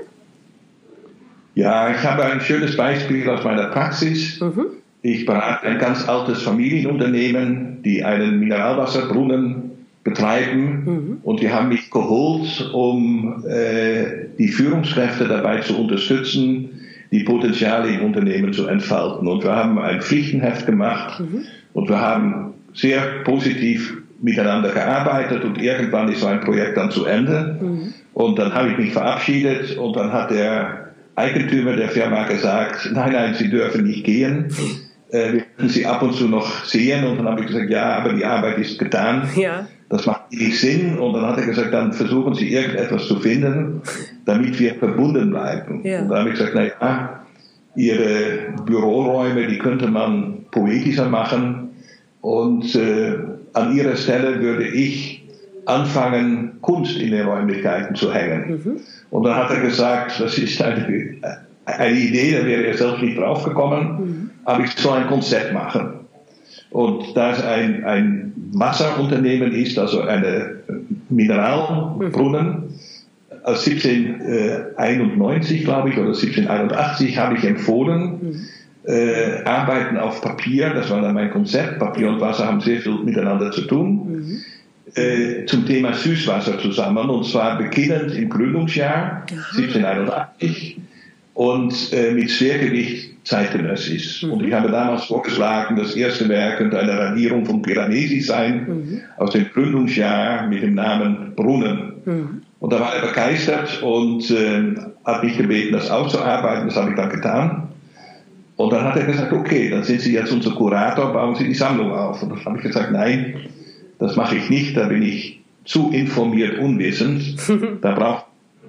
Ja, ich habe ein schönes Beispiel aus meiner Praxis. Mhm. Ich berate ein ganz altes Familienunternehmen, die einen Mineralwasserbrunnen betreiben. Mhm. Und die haben mich geholt, um äh, die Führungskräfte dabei zu unterstützen, die Potenziale im Unternehmen zu entfalten. Und wir haben ein Pflichtenheft gemacht mhm. und wir haben sehr positiv miteinander gearbeitet und irgendwann ist so ein Projekt dann zu Ende. Mhm. Und dann habe ich mich verabschiedet und dann hat der Eigentümer der Firma gesagt, nein, nein, Sie dürfen nicht gehen. Äh, wir können Sie ab und zu noch sehen. Und dann habe ich gesagt, ja, aber die Arbeit ist getan. Ja. Das macht wenig Sinn. Und dann hat er gesagt, dann versuchen Sie irgendetwas zu finden, damit wir verbunden bleiben. Ja. Und dann habe ich gesagt, na ja, Ihre Büroräume, die könnte man poetischer machen. Und äh, an Ihrer Stelle würde ich anfangen, Kunst in den Räumlichkeiten zu hängen. Mhm. Und dann hat er gesagt, das ist eine, eine Idee, da wäre er selbst nicht drauf gekommen, mhm. aber ich soll ein Konzept machen. Und da es ein, ein Wasserunternehmen ist, also eine Mineralbrunnen, mhm. als siebzehnhunderteinundneunzig, glaube ich, oder siebzehnhunderteinundachtzig habe ich empfohlen, mhm. Äh, Arbeiten auf Papier, das war dann mein Konzept. Papier und Wasser haben sehr viel miteinander zu tun. Mhm. Äh, zum Thema Süßwasser zusammen, und zwar beginnend im Gründungsjahr Aha. siebzehnhunderteinundachtzig und äh, mit Schwergewicht zeitgenössisch. Mhm. Und ich habe damals vorgeschlagen, das erste Werk könnte eine Radierung von Piranesi sein, mhm. aus dem Gründungsjahr mit dem Namen Brunnen. Mhm. Und da war er begeistert und äh, hat mich gebeten, das auszuarbeiten. Das habe ich dann getan. Und dann hat er gesagt, okay, dann sind Sie jetzt unser Kurator, bauen Sie die Sammlung auf. Und dann habe ich gesagt, nein, das mache ich nicht, da bin ich zu informiert, unwissend. Da braucht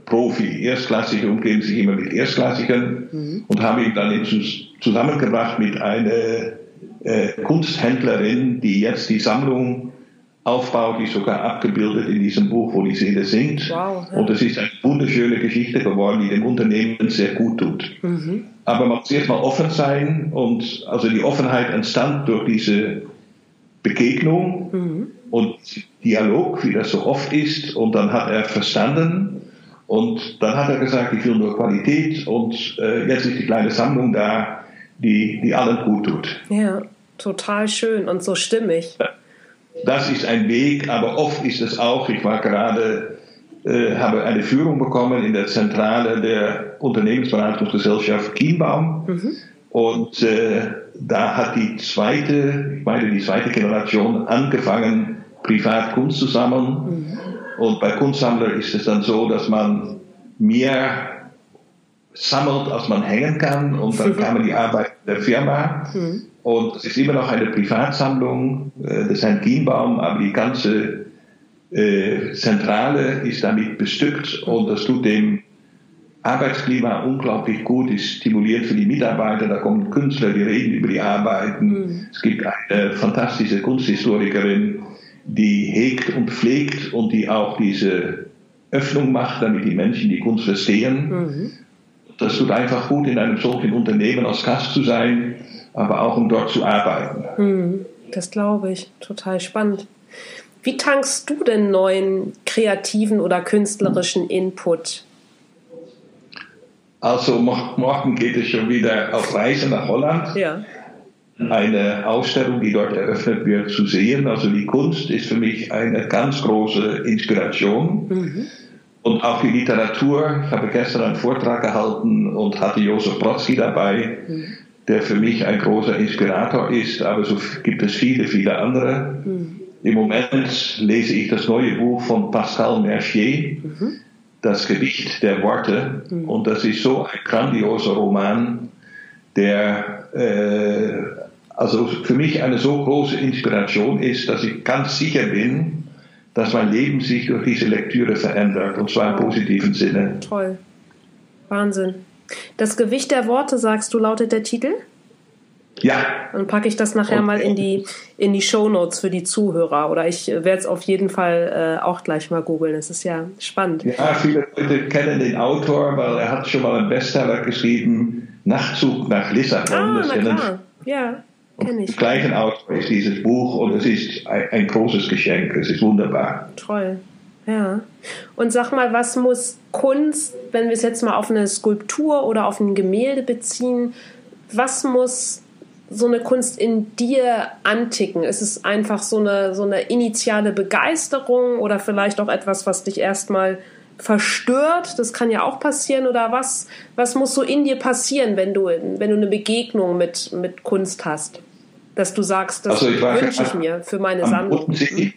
Profi. Erstklassige umgeben sich immer mit Erstklassigen mhm. und haben ihn dann zusammengebracht mit einer äh, Kunsthändlerin, die jetzt die Sammlung aufbaut, die sogar abgebildet in diesem Buch, wo die Seele singt. Wow, ja. Und es ist eine wunderschöne Geschichte geworden, die dem Unternehmen sehr gut tut. Mhm. Aber man muss erstmal offen sein, und also die Offenheit entstand durch diese Begegnung mhm. und Dialog, wie das so oft ist, und dann hat er verstanden und dann hat er gesagt, ich will nur Qualität, und äh, jetzt ist die kleine Sammlung da, die, die allen gut tut. Ja, total schön und so stimmig. Das ist ein Weg, aber oft ist es auch, ich war gerade, äh, habe eine Führung bekommen in der Zentrale der Unternehmensberatungsgesellschaft Kienbaum mhm. und äh, da hat die zweite, ich meine die zweite Generation angefangen, privat Kunst zu sammeln mhm. und bei Kunstsammler ist es dann so, dass man mehr sammelt, als man hängen kann, und dann kam die Arbeit der Firma mhm. und es ist immer noch eine Privatsammlung, das ist ein Kienbaum, aber die ganze äh, Zentrale ist damit bestückt und das tut dem Arbeitsklima unglaublich gut, ist stimulierend für die Mitarbeiter, da kommen Künstler, die reden über die Arbeiten, mhm. es gibt eine fantastische Kunsthistorikerin, die hegt und pflegt und die auch diese Öffnung macht, damit die Menschen die Kunst verstehen. Mhm. Das tut einfach gut, in einem solchen Unternehmen als Gast zu sein, aber auch um dort zu arbeiten. Das glaube ich. Total spannend. Wie tankst du denn neuen kreativen oder künstlerischen Input? Also morgen geht es schon wieder auf Reise nach Holland. Ja. Eine Ausstellung, die dort eröffnet wird, zu sehen. Also die Kunst ist für mich eine ganz große Inspiration. Mhm. Und auch die Literatur. Ich habe gestern einen Vortrag gehalten und hatte Josef Brodsky dabei, mhm. der für mich ein großer Inspirator ist, aber so gibt es viele, viele andere. Mhm. Im Moment lese ich das neue Buch von Pascal Mercier, mhm. Das Gewicht der Worte, mhm. und das ist so ein grandioser Roman, der äh, also für mich eine so große Inspiration ist, dass ich ganz sicher bin, dass mein Leben sich durch diese Lektüre verändert, und zwar im positiven Sinne. Toll. Wahnsinn. Das Gewicht der Worte, sagst du, lautet der Titel? Ja. Dann packe ich das nachher okay. mal in die, in die Shownotes für die Zuhörer, oder ich werde es auf jeden Fall äh, auch gleich mal googeln. Es ist ja spannend. Ja, viele Leute kennen den Autor, weil er hat schon mal einen Bestseller geschrieben, Nachtzug nach Lissabon. Ah, das na klar. Ja. Kenn ich. Im gleichen Autor ist dieses Buch, und es ist ein, ein großes Geschenk. Es ist wunderbar. Toll. Ja. Und sag mal, was muss Kunst, wenn wir es jetzt mal auf eine Skulptur oder auf ein Gemälde beziehen, was muss so eine Kunst in dir anticken? Ist es einfach so eine, so eine initiale Begeisterung oder vielleicht auch etwas, was dich erstmal verstört? Das kann ja auch passieren. Oder was, was muss so in dir passieren, wenn du, wenn du eine Begegnung mit, mit Kunst hast? Dass du sagst, das also wünsche ich mir für meine Sammlung. Ich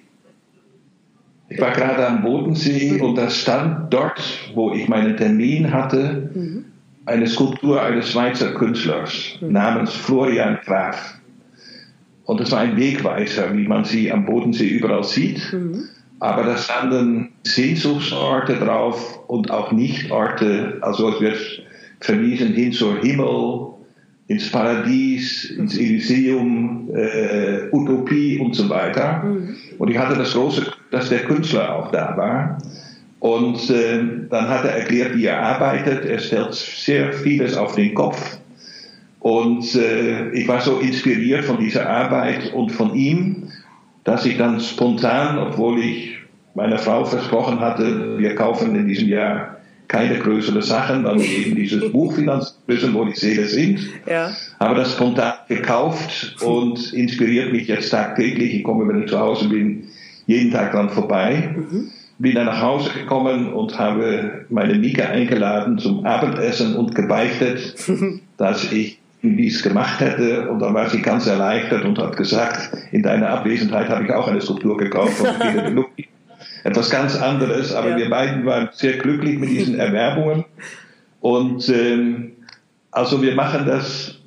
war gerade am Bodensee mhm. und da stand dort, wo ich meinen Termin hatte, mhm. eine Skulptur eines Schweizer Künstlers mhm. namens Florian Graf. Und das war ein Wegweiser, wie man sie am Bodensee überall sieht. Mhm. Aber da standen Sehnsuchtsorte drauf und auch Nichtorte. Also es wird verwiesen hin zur Himmel, ins Paradies, ins Elysium, äh, Utopie und so weiter. Mhm. Und ich hatte das große, dass der Künstler auch da war. Und äh, dann hat er erklärt, wie er arbeitet. Er stellt sehr vieles auf den Kopf. Und äh, ich war so inspiriert von dieser Arbeit und von ihm, dass ich dann spontan, obwohl ich meiner Frau versprochen hatte, wir kaufen in diesem Jahr keine größeren Sachen, weil wir eben dieses Buch finanzieren müssen, wo die Seele singt, ja. habe das spontan gekauft und inspiriert mich jetzt tagtäglich. Ich komme, wenn ich zu Hause bin, jeden Tag dran vorbei. Mhm. Bin dann nach Hause gekommen und habe meine Mika eingeladen zum Abendessen und gebeichtet, dass ich dies gemacht hätte, und dann war sie ganz erleichtert und hat gesagt, in deiner Abwesenheit habe ich auch eine Skulptur gekauft von Peter Lucky. Etwas ganz anderes, aber ja. wir beiden waren sehr glücklich mit diesen Erwerbungen, und ähm, also wir machen das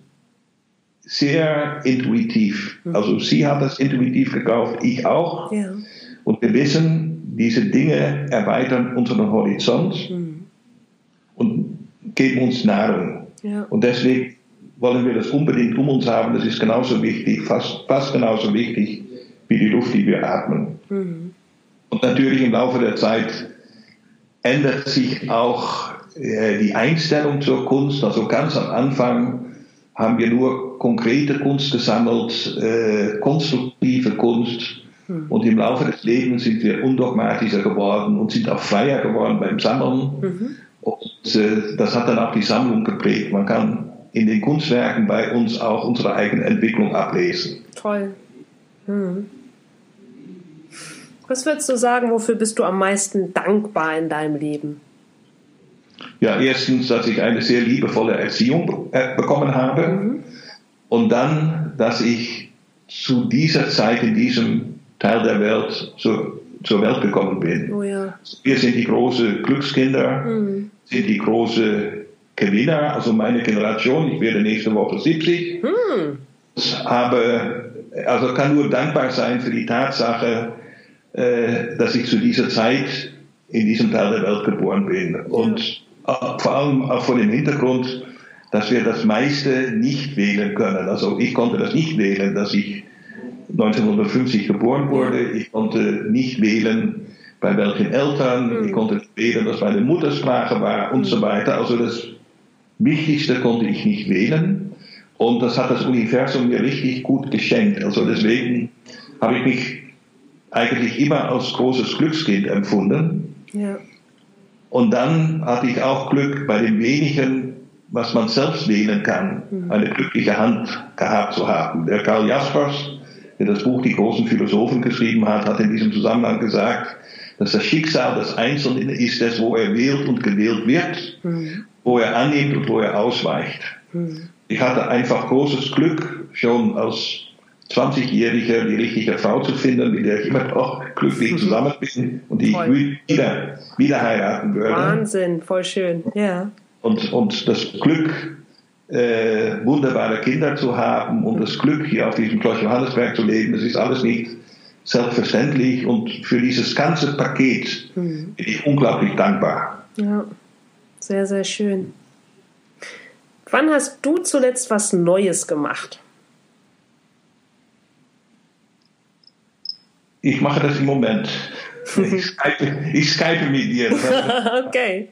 sehr intuitiv. Also sie hat das intuitiv gekauft, ich auch, ja. und wir wissen, diese Dinge erweitern unseren Horizont, mhm. geben uns Nahrung. Ja. Und deswegen wollen wir das unbedingt um uns haben. Das ist genauso wichtig, fast, fast genauso wichtig wie die Luft, die wir atmen. Mhm. Und natürlich im Laufe der Zeit ändert sich auch äh, die Einstellung zur Kunst. Also ganz am Anfang haben wir nur konkrete Kunst gesammelt, äh, konstruktive Kunst. Mhm. Und im Laufe des Lebens sind wir undogmatischer geworden und sind auch freier geworden beim Sammeln. Mhm. Und äh, das hat dann auch die Sammlung geprägt. Man kann in den Kunstwerken bei uns auch unsere eigene Entwicklung ablesen. Toll. Mhm. Was würdest du sagen, wofür bist du am meisten dankbar in deinem Leben? Ja, erstens, dass ich eine sehr liebevolle Erziehung be- bekommen habe. Mhm. Und dann, dass ich zu dieser Zeit in diesem Teil der Welt zu, zur Welt gekommen bin. Oh ja. Wir sind die großen Glückskinder, mhm. sind die großen Gewinner, also meine Generation. Ich werde nächste Woche siebzig. Mhm. Aber, also kann nur dankbar sein für die Tatsache, dass ich zu dieser Zeit in diesem Teil der Welt geboren bin. Und ja. vor allem auch vor dem Hintergrund, dass wir das meiste nicht wählen können. Also ich konnte das nicht wählen, dass ich neunzehnhundertfünfzig geboren wurde. Ich konnte nicht wählen, bei welchen Eltern. Mhm. Ich konnte nicht wählen, dass meine Muttersprache war und mhm. so weiter. Also das Wichtigste konnte ich nicht wählen. Und das hat das Universum mir richtig gut geschenkt. Also deswegen habe ich mich eigentlich immer als großes Glückskind empfunden. Ja. Und dann hatte ich auch Glück bei dem wenigen, was man selbst wählen kann, mhm. eine glückliche Hand gehabt zu haben. Der Karl Jaspers, der das Buch Die großen Philosophen geschrieben hat, hat in diesem Zusammenhang gesagt, dass das Schicksal des Einzelnen ist das, wo er wählt und gewählt wird, mhm. wo er annimmt und wo er ausweicht. Mhm. Ich hatte einfach großes Glück, schon als zwanzigjähriger die richtige Frau zu finden, mit der ich immer noch glücklich zusammen bin und die voll. ich wieder, wieder heiraten würde. Wahnsinn, voll schön, ja. Und, und das Glück, äh, wunderbare Kinder zu haben und das Glück, hier auf diesem Schloss Johannesberg zu leben, das ist alles nicht selbstverständlich und für dieses ganze Paket mhm. bin ich unglaublich dankbar. Ja, sehr, sehr schön. Wann hast du zuletzt was Neues gemacht? Ich mache das im Moment. Ich skype, ich skype mit dir. Okay.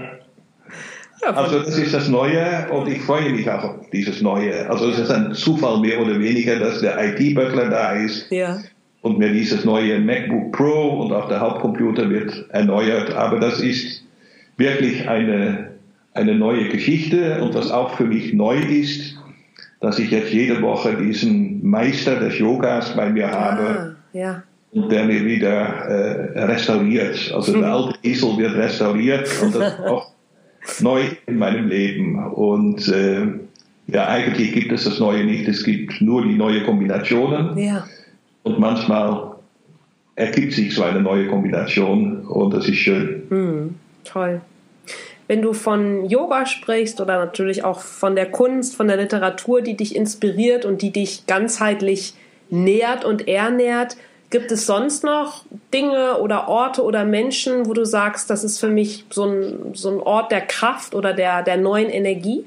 Ja, also das ist das Neue und ich freue mich auch auf dieses Neue. Also es ist ein Zufall mehr oder weniger, dass der I T-Butler da ist ja. und mir dieses neue MacBook Pro und auch der Hauptcomputer wird erneuert. Aber das ist wirklich eine, eine neue Geschichte und was auch für mich neu ist, dass ich jetzt jede Woche diesen Meister des Yogas bei mir ah, habe. Ja. Und der mir wieder äh, restauriert. Also der alte Esel wird restauriert und das ist auch neu in meinem Leben. Und äh, ja, eigentlich gibt es das Neue nicht. Es gibt nur die neue Kombinationen. Ja. Und manchmal ergibt sich so eine neue Kombination und das ist schön. Hm, toll. Wenn du von Yoga sprichst oder natürlich auch von der Kunst, von der Literatur, die dich inspiriert und die dich ganzheitlich nährt und ernährt, gibt es sonst noch Dinge oder Orte oder Menschen, wo du sagst, das ist für mich so ein, so ein Ort der Kraft oder der, der neuen Energie?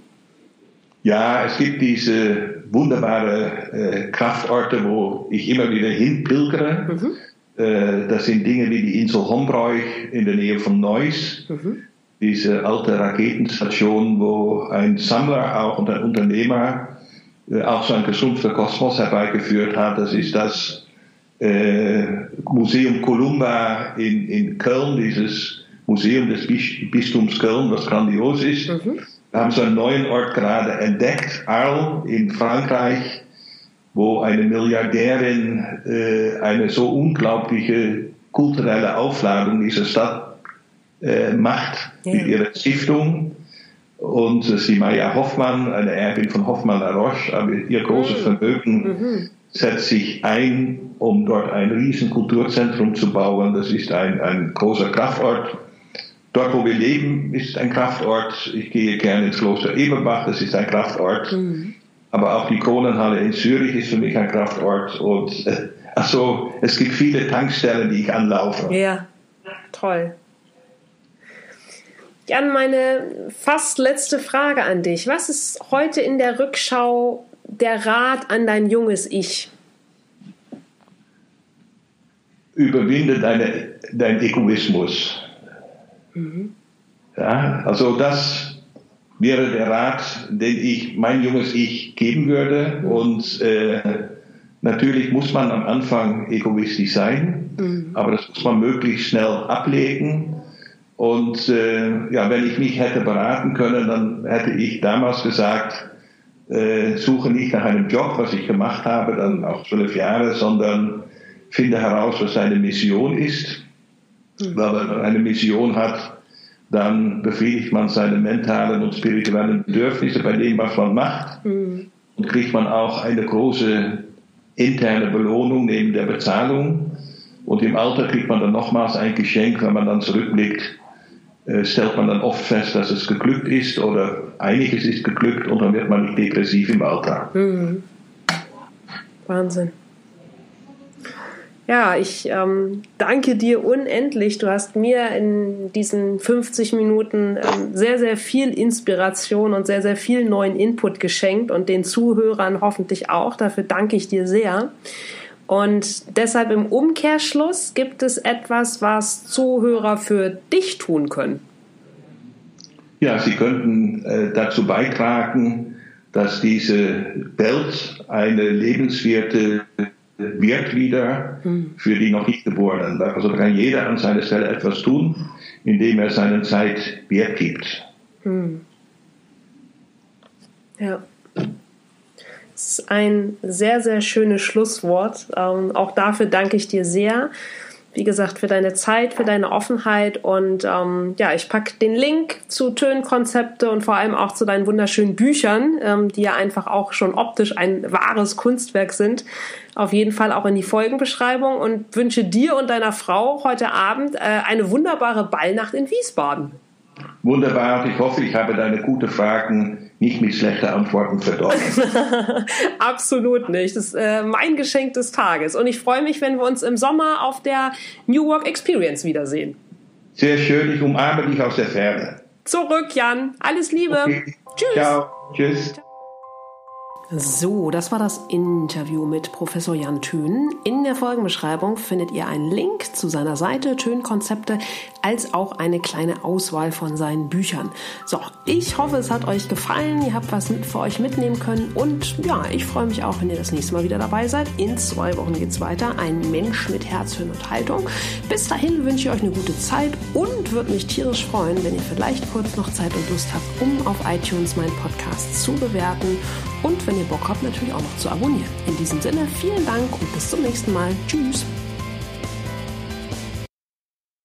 Ja, es gibt diese wunderbare äh, Kraftorte, wo ich immer wieder hinpilgere. Mhm. Äh, das sind Dinge wie die Insel Hombroich in der Nähe von Neuss. Mhm. Diese alte Raketenstation, wo ein Sammler auch und ein Unternehmer äh, auch so ein geschrumpfter Kosmos herbeigeführt hat. Das ist das Äh, Museum Columba in, in Köln, dieses Museum des Bistums Köln, was grandios ist. Mhm. Wir haben so einen neuen Ort gerade entdeckt, Arles in Frankreich, wo eine Milliardärin äh, eine so unglaubliche kulturelle Aufladung dieser Stadt äh, macht ja. mit ihrer Stiftung. Und das ist die Maya Hoffmann, eine Erbin von Hoffmann La Roche, aber ihr großes mhm. Vermögen mhm. setzt sich ein, um dort ein riesen Kulturzentrum zu bauen. Das ist ein, ein großer Kraftort. Dort, wo wir leben, ist ein Kraftort. Ich gehe gerne ins Kloster Eberbach, das ist ein Kraftort. Mhm. Aber auch die Kronenhalle in Zürich ist für mich ein Kraftort. Und äh, also, es gibt viele Tankstellen, die ich anlaufe. Ja, toll. Jan, meine fast letzte Frage an dich. Was ist heute in der Rückschau der Rat an dein junges Ich? Überwinde deine, deinen Egoismus. Mhm. Ja, also das wäre der Rat, den ich mein junges Ich geben würde. Mhm. Und äh, natürlich muss man am Anfang egoistisch sein, mhm. aber das muss man möglichst schnell ablegen. Und äh, ja, wenn ich mich hätte beraten können, dann hätte ich damals gesagt, äh, suche nicht nach einem Job, was ich gemacht habe, dann auch zwölf Jahre, sondern finde heraus, was seine Mission ist. Mhm. Weil wenn man eine Mission hat, dann befriedigt man seine mentalen und spirituellen Bedürfnisse bei dem, was man macht. Mhm. Und kriegt man auch eine große interne Belohnung neben der Bezahlung. Und im Alter kriegt man dann nochmals ein Geschenk, wenn man dann zurückblickt, stellt man dann oft fest, dass es geglückt ist oder einiges ist geglückt und dann wird man nicht depressiv im Alter. Mhm. Wahnsinn. Ja, ich ähm, danke dir unendlich. Du hast mir in diesen fünfzig Minuten ähm, sehr, sehr viel Inspiration und sehr, sehr viel neuen Input geschenkt und den Zuhörern hoffentlich auch. Dafür danke ich dir sehr. Und deshalb im Umkehrschluss gibt es etwas, was Zuhörer für dich tun können. Ja, sie könnten äh, dazu beitragen, dass diese Welt eine lebenswerte wird wieder hm. für die noch nicht Geborenen. Also kann jeder an seiner Stelle etwas tun, indem er seinen Zeit Wert gibt. Hm. Ja. Das ist ein sehr, sehr schönes Schlusswort. Ähm, auch dafür danke ich dir sehr. Wie gesagt, für deine Zeit, für deine Offenheit. Und ähm, ja, ich packe den Link zu Tönkonzepte und vor allem auch zu deinen wunderschönen Büchern, ähm, die ja einfach auch schon optisch ein wahres Kunstwerk sind, auf jeden Fall auch in die Folgenbeschreibung und wünsche dir und deiner Frau heute Abend äh, eine wunderbare Ballnacht in Wiesbaden. Wunderbar. Ich hoffe, ich habe deine guten Fragen nicht mit schlechten Antworten verdorben. Absolut nicht. Das ist äh, mein Geschenk des Tages. Und ich freue mich, wenn wir uns im Sommer auf der New Work Experience wiedersehen. Sehr schön. Ich umarme dich aus der Ferne. Zurück, Jan. Alles Liebe. Okay. Tschüss. Ciao. Tschüss. So, das war das Interview mit Professor Jan Thön. In der Folgenbeschreibung findet ihr einen Link zu seiner Seite Tönkonzepte, als auch eine kleine Auswahl von seinen Büchern. So, ich hoffe, es hat euch gefallen, ihr habt was mit für euch mitnehmen können und ja, ich freue mich auch, wenn ihr das nächste Mal wieder dabei seid. In zwei Wochen geht's weiter. Ein Mensch mit Herz, Hirn und Haltung. Bis dahin wünsche ich euch eine gute Zeit und würde mich tierisch freuen, wenn ihr vielleicht kurz noch Zeit und Lust habt, um auf iTunes meinen Podcast zu bewerten und wenn ihr Bock habt, natürlich auch noch zu abonnieren. In diesem Sinne, vielen Dank und bis zum nächsten Mal. Tschüss.